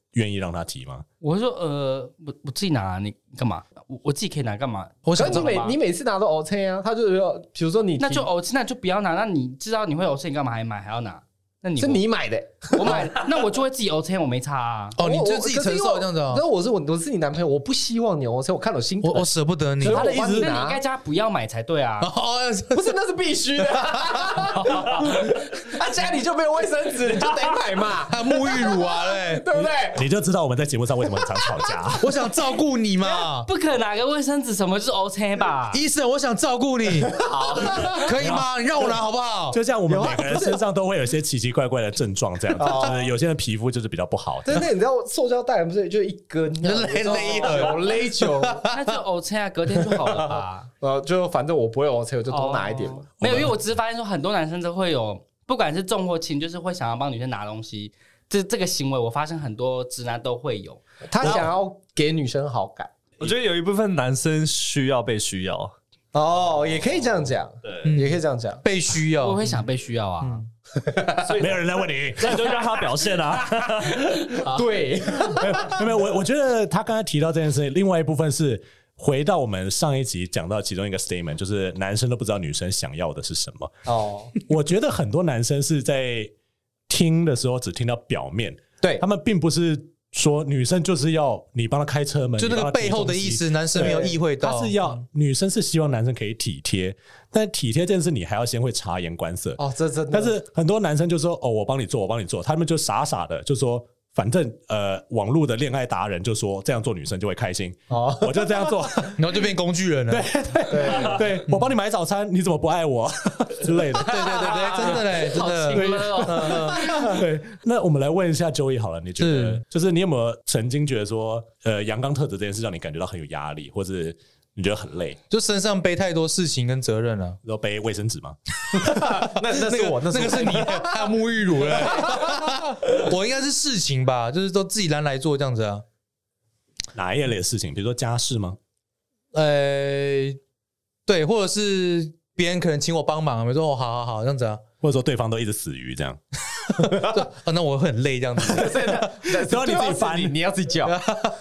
愿意让他提吗？ 我会说呃，我我自己拿，你干嘛？我我自己可以拿干嘛？ 我想你每你每次拿都 OK 啊，他就要比如说你那就 OK， 那就不要拿。那你知道你会 OK， 你干嘛还买还要拿？那你是你买的， 我买，那我就会自己 OK， 我没差啊。 哦，你就自己承受这样子啊？ 那我是我我是你男朋友，我不希望你 OK， 我看了心疼， 我我舍不得你。 他的意思是， 那你应该叫他不要买才对啊。 不是，那是必须的。他家里就没有卫生纸，你就得买嘛。 还有沐浴乳啊，嘞， 对不对？ 你就知道我们在节目上为什么很常吵架。 我想照顾你嘛， 不可拿个卫生纸什么就是 OK 吧？ 医生，我想照顾你，好，可以吗？你让我拿好不好？ 就像我们每个人身上都会有一些奇奇怪怪的症状。这样子，就是有些人皮肤就是比较不好的。 真的，你知道塑胶袋不是就一根勒勒久勒久， 那就 OK 啊，隔天就好了吧？ 呃，就反正我不会 OK， 我就多拿一点嘛。 没有，因为我只是发现说，很多男生都会有，不管是重或轻，就是会想要帮女生拿东西。这这个行为，我发现很多直男都会有。 他想要给女生好感。 我觉得有一部分男生需要被需要。 哦，也可以这样讲，对，也可以这样讲， 被需要， 我会想被需要啊。嗯所以没有人在问你， 那你就让他表现啊。 对， 没有没有，我我觉得他刚才提到这件事情，另外一部分是回到我们上一集讲到其中一个 statement， 就是男生都不知道女生想要的是什么。哦，我觉得很多男生是在听的时候只听到表面， 对他们并不是说女生就是要你帮她开车门， 就那个背后的意思，男生没有意会到， 他是要女生是希望男生可以体贴。但体贴这件事，你还要先会察言观色哦，这真的。 但是很多男生就说：“哦，我帮你做，我帮你做。”他们就傻傻的就说：“反正呃，网络的恋爱达人就说这样做女生就会开心，哦，我就这样做， 然后就变工具人了。” 对对对对，我帮你买早餐，你怎么不爱我之类的？ 对对对对，真的嘞，真的。 对, 对，那我们来问一下 Joey 好了，你觉得就是你有没有曾经觉得说，呃，阳刚特质这件事让你感觉到很有压力，或是？你觉得很累， 就身上背太多事情跟责任了。 然后背卫生纸吗？ 那那是我，那那个是你，还有沐浴乳了。我应该是事情吧，就是都自己来来做这样子啊。 哪一类的事情？比如说家事吗？ 呃，对，或者是别人可能请我帮忙，比如说哦，好好好这样子啊， 或者说对方都一直死鱼这样。 啊，那我很累这样子， 只要你自己翻， 你要自己叫，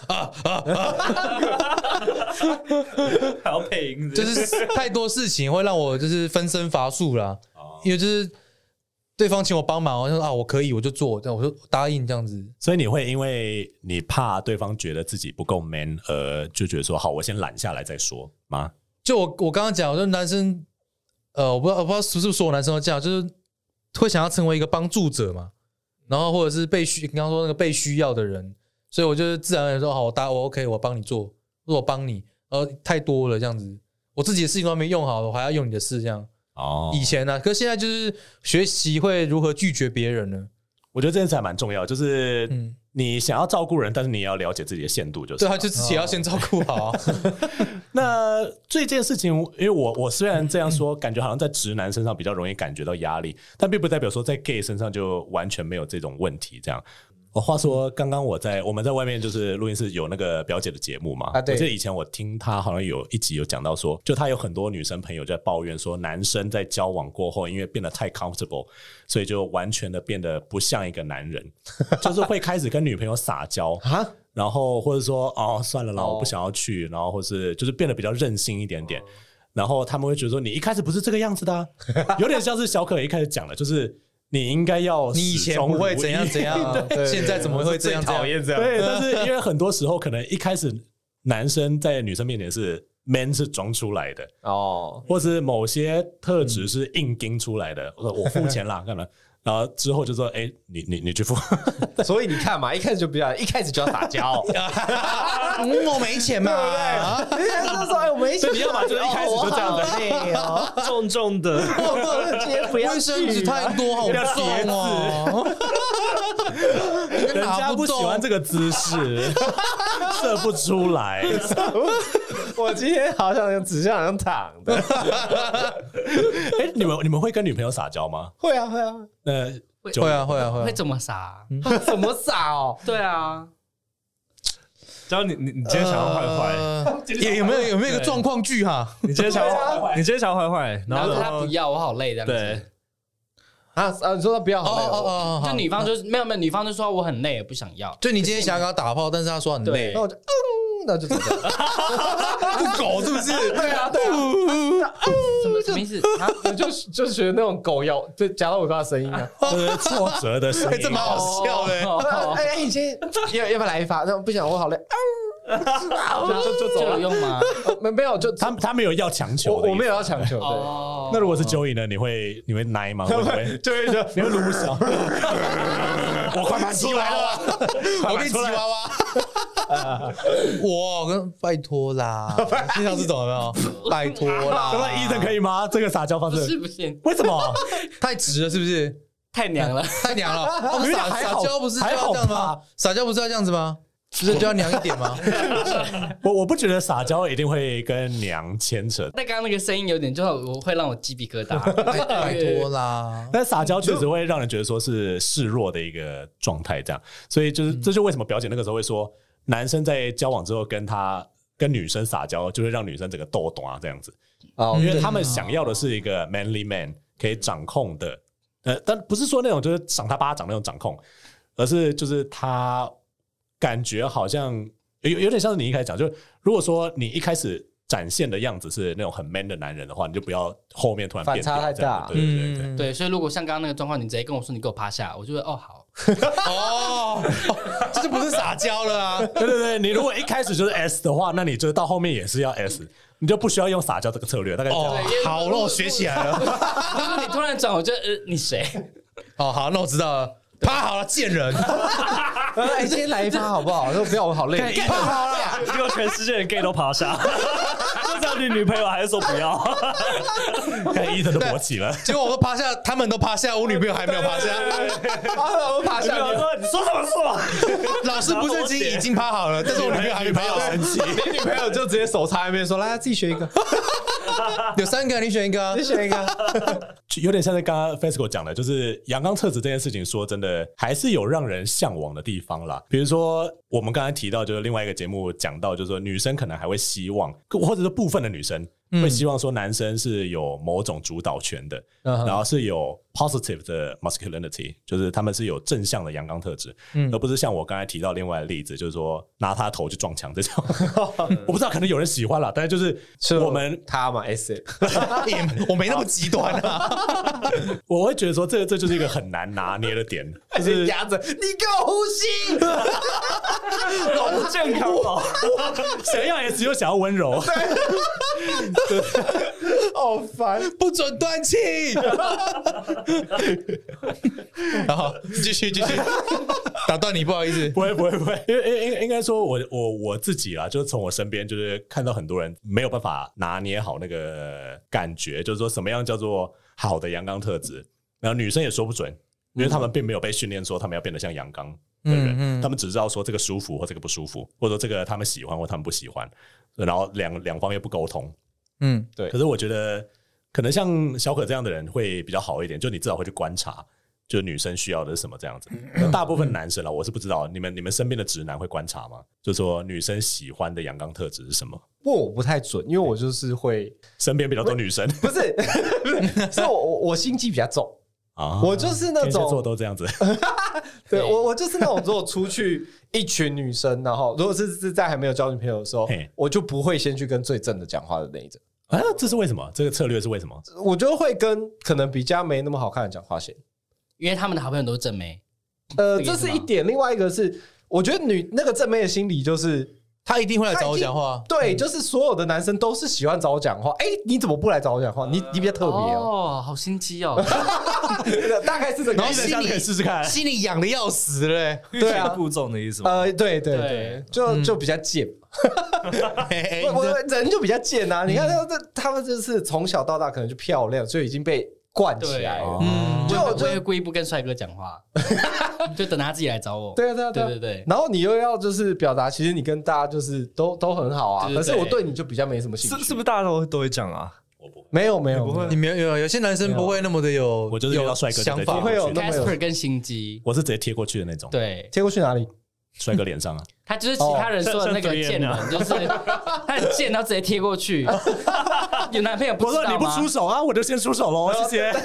还要配音， 就是太多事情会让我就是分身乏术啦。因为就是对方请我帮忙，我就说啊，我可以，我就做，这样我就答应这样子。 所以你会因为你怕对方觉得自己不够 man， 呃，就觉得说好，我先揽下来再说吗？ 就我我刚刚讲，我说男生，呃，我不知道我不知道是不是所有男生都这样，就是会想要成为一个帮助者嘛，然后或者是被需，刚刚说那个被需要的人，所以我就自然而然说好，我答我 OK， 我帮你做，我帮你，呃，太多了这样子，我自己的事情都还没用好，我还要用你的事这样。哦，以前呢、啊，可是现在就是学习会如何拒绝别人呢？ 我觉得这件事还蛮重要，就是你想要照顾人，但是你也要了解自己的限度，就是对，他就自己要先照顾好、啊。 那这件事情，因为我我虽然这样说，感觉好像在直男身上比较容易感觉到压力，但并不代表说在 gay 身上就完全没有这种问题。这样，我话说，刚刚我在我们在外面就是录音室有那个表姐的节目嘛，啊，对，我记得以前我听她好像有一集有讲到说，就她有很多女生朋友在抱怨说，男生在交往过后，因为变得太 comfortable， 所以就完全的变得不像一个男人，就是会开始跟女朋友撒娇啊。然后或者说哦算了啦，我不想要去，然后或是就是变得比较任性一点点，然后他们会觉得说你一开始不是这个样子的、啊，有点像是小可一开始讲的，就是你应该要你以前不会怎样怎样、啊，现在怎么会这样讨厌这样？ 对，但是因为很多时候可能一开始男生在女生面前是 man 是装出来的哦，或是某些特质是硬盯出来的，嗯、我付钱啦干嘛？然后之后就说：“哎、欸，你你你去付。” 所以你看嘛，一开始就不要，一开始就要撒娇。 嗯、我没钱嘛， 对不对？一开始就说：“哎，我没钱。” 你要嘛，就一开始就这样的， 重重的， 今天不要卫生纸太多，好重哦。 人家不喜欢这个姿势，射不出来。 我今天好像指向好像躺的。 哎、欸，你们你们会跟女朋友撒娇吗？ 会啊会啊， 呃， 会啊会啊会啊， 会怎么撒？ 怎么撒哦？ 对啊， 只要你你你今天想要坏坏， 呃、有有没有有没有一个状况剧哈？ 你今天想要坏坏，你今天想要坏坏， 然后他不要，我好累这样子。 对啊啊！你说他不要好累哦， 就女方就是没有没有，女方就说我很累，不想要。 就你今天想要跟他打炮，但是他说很累， 那我就嗯，那就走掉。 不狗是不是？ 对啊，对啊， 什么什么意思啊？ 就就学那种狗咬，就夹到尾巴的声音啊， 就是挫折的声音， 这蛮好笑的。 哎哎，你先要要不要来一发？那不想，我好累。就就就走了， 有用吗？ 没没有，就他他没有要强求， 我我没有要强求。对， 哦， 那如果是 Joey 呢？你会你会奶吗？会不会？ 就会就你会撸小？我快把出来了， 我变吉娃娃。我跟拜托啦，就像这种有没有？拜托啦， 那伊森可以吗？这个撒娇方式不是不是， 为什么？ 太直了是不是？ 太娘了， 太娘了。我们撒撒娇不是要这样吗？撒娇不是要这样子吗？不是就要娘一点吗？ 我我不觉得撒娇一定会跟娘牵扯。 但刚刚那个声音有点，就我会让我鸡皮疙瘩。 拜托啦！ 但撒娇确实会让人觉得说是示弱的一个状态，这样，所以就是这就为什么表姐那个时候会说，男生在交往之后跟他跟女生撒娇，就会让女生整个逗懂啊这样子，因为他们想要的是一个 manly man 可以掌控的，呃，但不是说那种就是赏他巴掌那种掌控，而是就是他。感觉好像有有点像是你一开始讲，就是如果说你一开始展现的样子是那种很 man 的男人的话，你就不要后面突然变反差太大。 对对对对, 对，所以如果像刚刚那个状况，你直接跟我说你给我趴下，我就会哦好。 哦，这就不是撒娇了啊！ 对对对，你如果一开始就是 S 的话，那你就到后面也是要 S， 你就不需要用撒娇这个策略。大概哦，好，那我学起来了。 如果你突然转，我就呃你谁？ 哦，好，那我知道了。趴好了，贱人！ 哎，今天来一发好不好？不要，我好累。 趴好了，结果全世界的 gay 都趴下，就叫你女朋友还是说不要？ 看伊藤都勃起了， 结果我都趴下，他们都趴下，我女朋友还没有趴下。 我趴下， 你说你说什么说？ 老师不正经已经趴好了，但是我女朋友还没趴好，生气。 你女朋友就直接手插那边说：“来，自己选一个。” 有三个，你选一个， 你选一个。 有点像是刚刚 Fesco 讲的，就是阳刚特质这件事情，说真的还是有让人向往的地方啦。比如说我们刚才提到，就是另外一个节目讲到，就是说女生可能还会希望，或者是部分的女生会希望说男生是有某种主导权的，嗯、然后是有 positive 的 masculinity， 就是他们是有正向的阳刚特质，嗯、而不是像我刚才提到另外的例子，就是说拿他头去撞墙这种。我不知道，可能有人喜欢啦，但是就是我们他嘛 S， 我没那么极端啊。 我会觉得说这这就是一个很难拿捏的点，就是压着你给我呼吸， 好不健康哦。 想要 S 又想要温柔， 对，好烦， 不准断气。然后继续继续，打断你，不好意思， 不会不会不会，因为应应该说我我我自己啦，就是从我身边就是看到很多人没有办法拿捏好那个感觉，就是说什么样叫做好的阳刚特质，然后女生也说不准，因为他们并没有被训练说他们要变得像阳刚的人，嗯嗯、他们只知道说这个舒服或这个不舒服，或者说这个他们喜欢或他们不喜欢，然后两两方又不沟通，嗯，对。可是我觉得可能像小可这样的人会比较好一点，就你至少会去观察，就女生需要的是什么这样子。那大部分男生啦，我是不知道，你们你们身边的直男会观察吗？就说女生喜欢的阳刚特质是什么？ 不过我不太准，因为我就是会身边比较多女生， 不是，是我我我心机比较重啊，我就是那种天蝎座都这样子。 对我我就是那种，如果出去一群女生，然后如果是是在还没有交女朋友的时候，我就不会先去跟最正的讲话的那一种。 啊，这是为什么？这个策略是为什么？ 我就会跟可能比较没那么好看的讲话先， 因为他们的好朋友都是正妹。 呃，这是一点，另外一个是，我觉得女那个正妹的心理就是。 他一定会来找我讲话， 对，就是所有的男生都是喜欢找我讲话。哎、欸，你怎么不来找我讲话？你你比较特别哦，好心机哦， 大概是这个。 然后心里可以试试看， 心里痒的要死嘞。 对啊， 故重的意思吗？ 呃，对对对，就就比较贱。我我人就比较贱啊！你看他这他们就是从小到大可能就漂亮，就已经被惯起来了。 嗯，就我会故意不跟帅哥讲话，就等他自己来找我。 对啊对啊对对对。 然后你又要就是表达，其实你跟大家就是都都很好啊，可是我对你就比较没什么兴趣。 是是不是大家都都会讲啊？ 没有没有不会， 你没有有有些男生不会那么的有， 我就是遇到帅哥想法， 不会有那么有 Casper 跟心机， 我是直接贴过去的那种。 对， 贴过去哪里？ 帅哥脸上啊， 他就是其他人说的那个贱人，就是他很贱，然后直接贴过去。有男朋友不知道吗？ 我说你不出手啊，我就先出手喽，谢谢。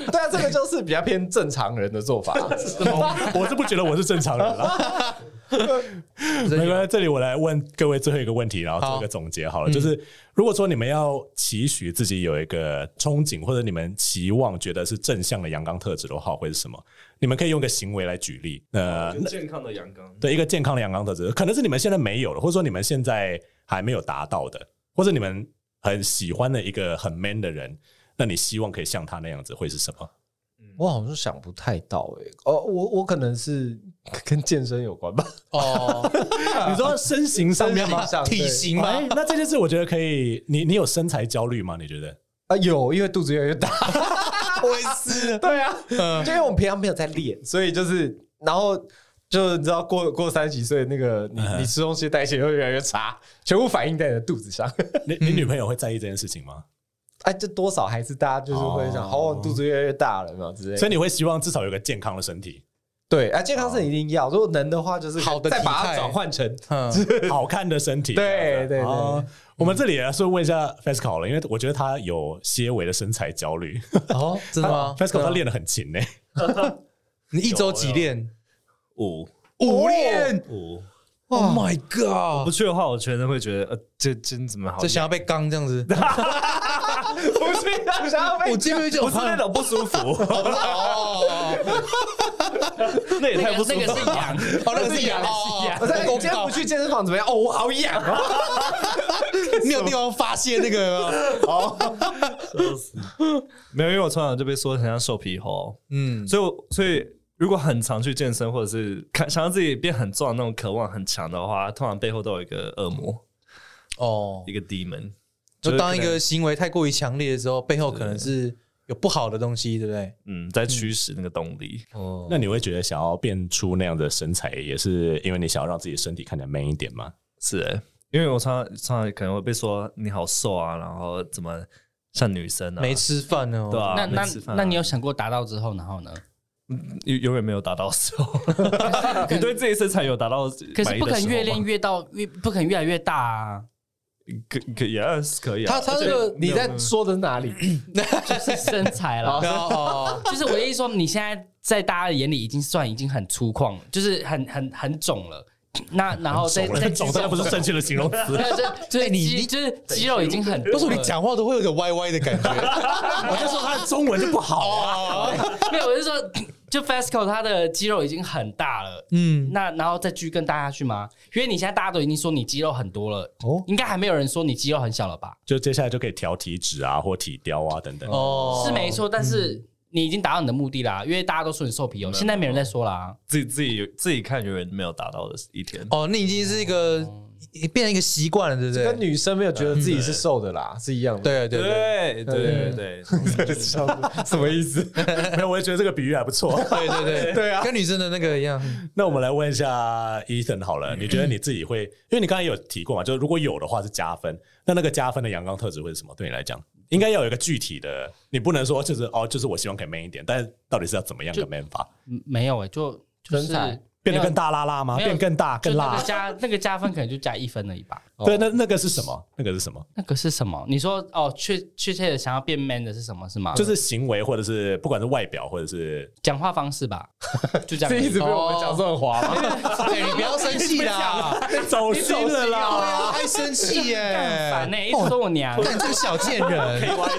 对啊，这个就是比较偏正常人的做法。 我是不觉得我是正常人啦。没关系，这里我来问各位最后一个问题，然后做一个总结好了。好就是如果说你们要期许自己有一个憧憬，或者你们期望觉得是正向的阳刚特质的话，会是什么？你们可以用一个行为来举例。呃， 健康的阳刚， 对，一个健康的阳刚特质，可能是你们现在没有的，或者说你们现在还没有达到的，或者你们很喜欢的一个很 man 的人，那你希望可以像他那样子，会是什么？ 我好像想不太到哎、欸，哦，我我可能是跟健身有关吧。 哦， 你说身形上面吗？ 体型吗？ 欸、那这件事我觉得可以。你你有身材焦虑吗？你觉得？ 啊，有，因为肚子越来越大。 我也是。 对啊，就因为我们平常没有在练，所以就是，然后就你知道过过三十几岁，那个你你吃东西代谢会越来越差，全部反映在你的肚子上。 你你女朋友会在意这件事情吗？ 哎，这多少还是大家就是会想，哦，肚子越来越大了，有没有之类的？ 所以你会希望至少有个健康的身体。 对，啊，健康是一定要，如果能的话，就是好的再把它转换成好看的身体。 对对对， 我们这里也是问一下 Fesco 好了，因为我觉得他有些微的身材焦虑。 哦，真的吗 ？Fesco 他练得很勤呢。 你一周几练？ 五五练五。 Oh my god！ 我不去的话，我全人会觉得，呃，这真怎么好？ 就想要被刚这样子。 不是想要被， 我今天就不是那种不舒服。哦，那也太不舒服。 那个是痒， 哦，那个是痒，是痒。 我在你今天不去健身房怎么样？哦，我好痒啊！ 你有地方发泄那个吗？哦， 笑死！没有，因为我从小就被说很像瘦皮猴。嗯，所以我所以。如果很常去健身，或者是看想让自己变很壮那种渴望很强的话，通常背后都有一个恶魔哦，一个 demon。 就当一个行为太过于强烈的时候，背后可能是有不好的东西，对不对？ 嗯，在驱使那个动力。 哦，那你会觉得想要变出那样的身材，也是因为你想要让自己的身体看起来 man 一点吗？ 是、欸，因为我常常常常可能会被说你好瘦啊，然后怎么像女生啊， 没吃饭哦， 对啊， 那那、 啊、 那你有想过达到之后，然后呢？ 永永远没有达到的时候，你对自己身材有达到， 可是不可能越练越到越不可能越来越大啊。 可可也、yes, 可以、啊。 他他这个你在说的是哪里？ 就是身材啦。就是我的意思说，你现在在大家的眼里已经算已经很粗犷，就是很很很肿了。那然后再再肿，这不是正确的形容词。 就是你就是肌肉已经很多了。 为什么你讲话都会有点歪歪的感觉？ 我就说他的中文就不好啊。 没有，我是说。就 Fesco 他的肌肉已经很大了，嗯，那然后再继续更大下去吗？因为你现在大家都已经说你肌肉很多了，哦，应该还没有人说你肌肉很小了吧？ 就接下来就可以调体脂啊，或体雕啊等等。 哦，是没错，但是你已经达到你的目的啦，因为大家都说你瘦皮哦，现在没人在说啦， 自己自己自己看有人没有达到的一天。 哦，你已经是一个。变成一一个习惯了，对不对？ 跟女生没有觉得自己是瘦的啦，是一样的。 对对对对对对， 什么意思？ 没有，我也觉得这个比喻还不错。 对对对对啊，跟女生的那个一样。 那我们来问一下 Ethan 好了，你觉得你自己会？因为你刚才有提过嘛，就是如果有的话是加分，那那个加分的阳刚特质会是什么？对你来讲，应该要有一个具体的，你不能说就是哦，就是我希望可以 man 一点，但是到底是要怎么样的 man 法？ 没有哎、欸，就就是变得更大拉拉吗？变更大更辣？ 那个加那个加分可能就加一分而已吧。 对，那那个是什么？那个是什么？ 那个是什么？你说哦，确确切的想要变 man 的是什么？是吗？ 就是行为，或者是不管是外表，或者是讲话方式吧。就这样。 是一直被我们讲说很滑吗？ 对，你不要生气啦， 走心了啦， 太生气耶， 很烦呢，一直说我娘， 看这个小贱人。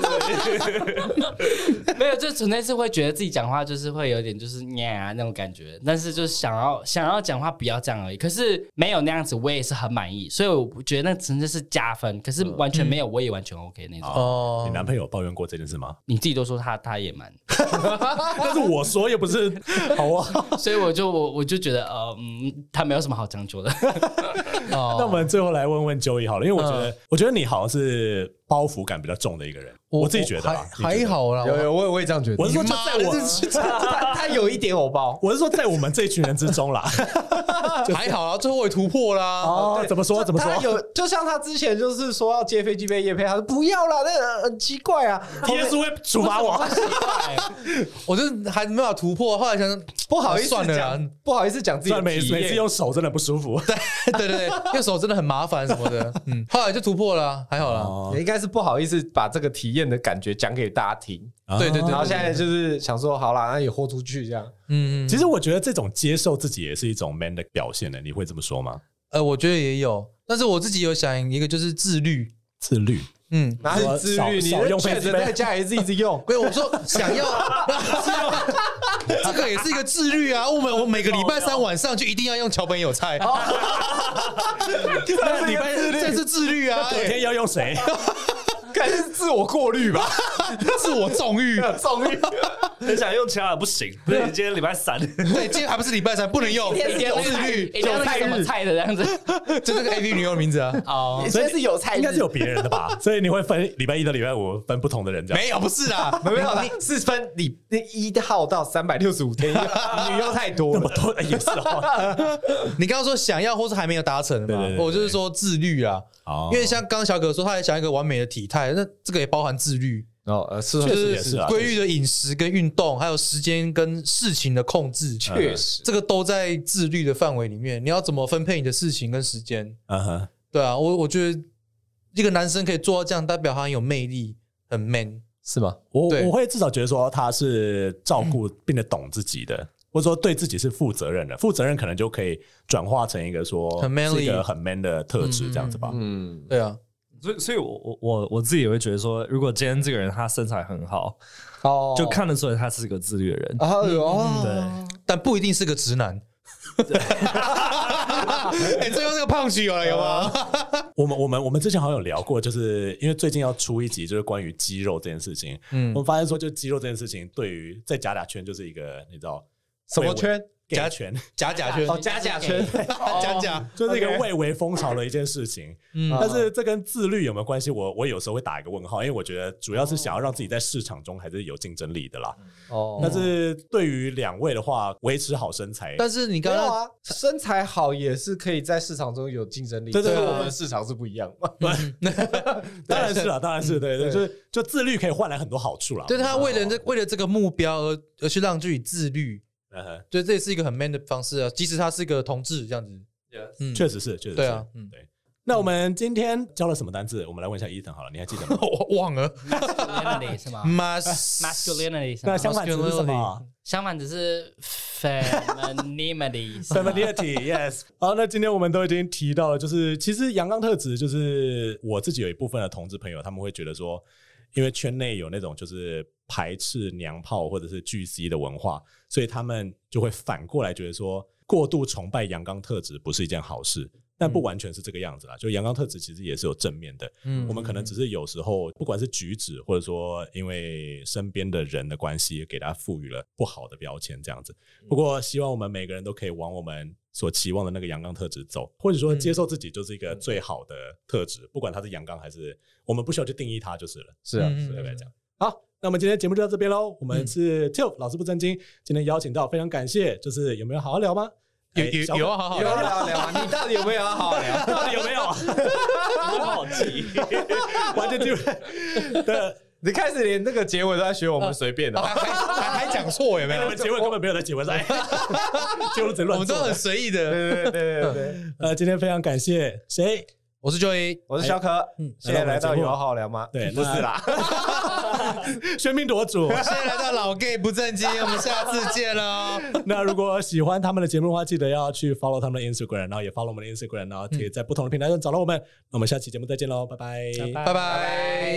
没有，就纯粹是会觉得自己讲话就是会有点就是呀那种感觉，但是就是想要想要讲话不要这样而已。可是没有那样子，我也是很满意，所以我觉得那纯粹是加分。可是完全没有，我也完全 OK 那种。 哦，你男朋友有抱怨过这件事吗？ 你自己都说他他也蛮， 但是我说又不是好啊， 所以我就我我就觉得呃嗯，他没有什么好将就的。 那我们最后来问问 Joey 好了，因为我觉得、嗯、我觉得你好像是包袱感比较重的一个人，我, 我自己觉得还还好啦， 有有我也我也这样觉得。 我是说就在我他, 他有一点偶包， 我是说在我们这一群人之中啦， 还好啦，最后也突破啦。 哦，怎么说怎么说？ 有就像他之前就是说要接飞机被业配，他说不要啦，那个很奇怪啊， 耶稣会处罚我。 我就还没有突破，后来想不好意思算了啦， 不好意思讲自己的每每次用手真的不舒服， 对对对，用手真的很麻烦什么的。嗯，后来就突破了，还好啦。 应该该是不好意思把这个体验的感觉讲给大家听。 对对对， 然后现在就是想说，好啦，那也豁出去这样。 嗯，其实我觉得这种接受自己也是一种 man 的表现的，你会这么说吗？ 呃，我觉得也有，但是我自己有想一个就是自律， 自律。 嗯， 哪里自律？你少用确诊在家也是一直用。 没有，我说想要，这个也是一个自律啊。我们我每个礼拜三晚上就一定要用桥本有菜。那礼拜日这是自律啊。 隔天要用谁？ 该是自我过滤吧， 自我纵欲， 纵欲。 很想用其他的不行，不是今天礼拜三， 对，今天还不是礼拜三，不能用。 今天有自律， 有菜什么菜的这样子， 就这个 A V 女优的名字啊。 哦， 所以是有菜， 应该是有别人的吧？所以你会分礼拜一到礼拜五分不同的人这样？ 没有，不是啦， 没有，是分礼一号到三百六十五天，女优太多了， 多也是哦。 你刚刚说想要或是还没有达成嘛？我就是说自律啊，因为像刚刚小可说，他也想要一个完美的体态，那这个也包含自律。 哦，呃，是， 确实也是啊， 规律的饮食跟运动，还有时间跟事情的控制， 确实， 这个都在自律的范围里面。你要怎么分配你的事情跟时间？ 嗯哼， 对啊，我我觉得一个男生可以做到这样，代表他很有魅力，很 man， 是吗？ 我我会至少觉得说他是照顾并且懂自己的，或者说对自己是负责任的。负责任可能就可以转化成一个说很 manly， 是一个很 man 的特质，这样子吧。 嗯， 对啊。 所以，所以我我我我自己也会觉得说，如果今天这个人他身材很好， 哦， 就看得出来他是个自律的人。 哦哟， 对， 但不一定是个直男。哎，最后这个胖曲有了有吗？ 我们我们我们之前好像有聊过，就是因为最近要出一集，就是关于肌肉这件事情。嗯，我们发现说，就肌肉这件事情，对于在假打圈就是一个你知道什么圈？ 假圈， 假假圈， 哦，假假圈， 假假， 就是一个蔚为风潮的一件事情。嗯，但是这跟自律有没有关系？我我有时候会打一个问号，因为我觉得主要是想要让自己在市场中还是有竞争力的啦。哦，但是对于两位的话，维持好身材， 但是你刚刚啊，身材好也是可以在市场中有竞争力，这跟我们市场是不一样嘛。 当然是了，当然是对对，就是就自律可以换来很多好处啦。 对，他为了为了这个目标而而去让自己自律。对，这也是一个很 man 的方式啊，即使他是一个同志这样子， 嗯，确实是，确实是， 对啊，嗯， 对。那我们今天教了什么单字？我们来问一下伊藤好了，你还记得吗？ 我忘了 ，masculinity 是吗 ？masculinity， 那相反词是什么？ 相反词是 femininity，femininity，yes。好，那今天我们都已经提到了，就是其实阳刚特质，就是我自己有一部分的同志朋友，他们会觉得说，因为圈内有那种就是排斥娘炮或者是巨 C 的文化，所以他们就会反过来觉得说，过度崇拜阳刚特质不是一件好事。但不完全是这个样子啦，就阳刚特质其实也是有正面的。嗯，我们可能只是有时候不管是举止，或者说因为身边的人的关系，给他赋予了不好的标签这样子。不过希望我们每个人都可以往我们所期望的那个阳刚特质走，或者说接受自己就是一个最好的特质，不管它是阳刚还是我们不需要去定义它就是了。 是啊， 是来讲。好，那我们今天节目就到这边喽。我们是 T I L F 老师不正经，今天邀请到，非常感谢，就是有没有好好聊吗？ 有有有好好聊，有好好聊啊！你到底有没有好好聊？ 到底有没有？ 我好急， 完全就对，你开始连那个结尾都在学我们随便的， 还还还讲错有没有？ 我们结尾根本没有在结尾上，结尾只乱， 我们都很随意的。 对对对对对。 呃，今天非常感谢谁？ 我是 Joey， 我是小可。嗯，现在来到有好好聊吗？ 对， 不是啦， 喧宾夺主。 现在来到老 gay 不正经，我们下次见喽。 那如果喜欢他们的节目的话，记得要去 follow 他们的 Instagram， 然后也 follow 我们的 Instagram， 然后可以在不同的平台上找到我们。那我们下期节目再见喽，拜拜， 拜拜。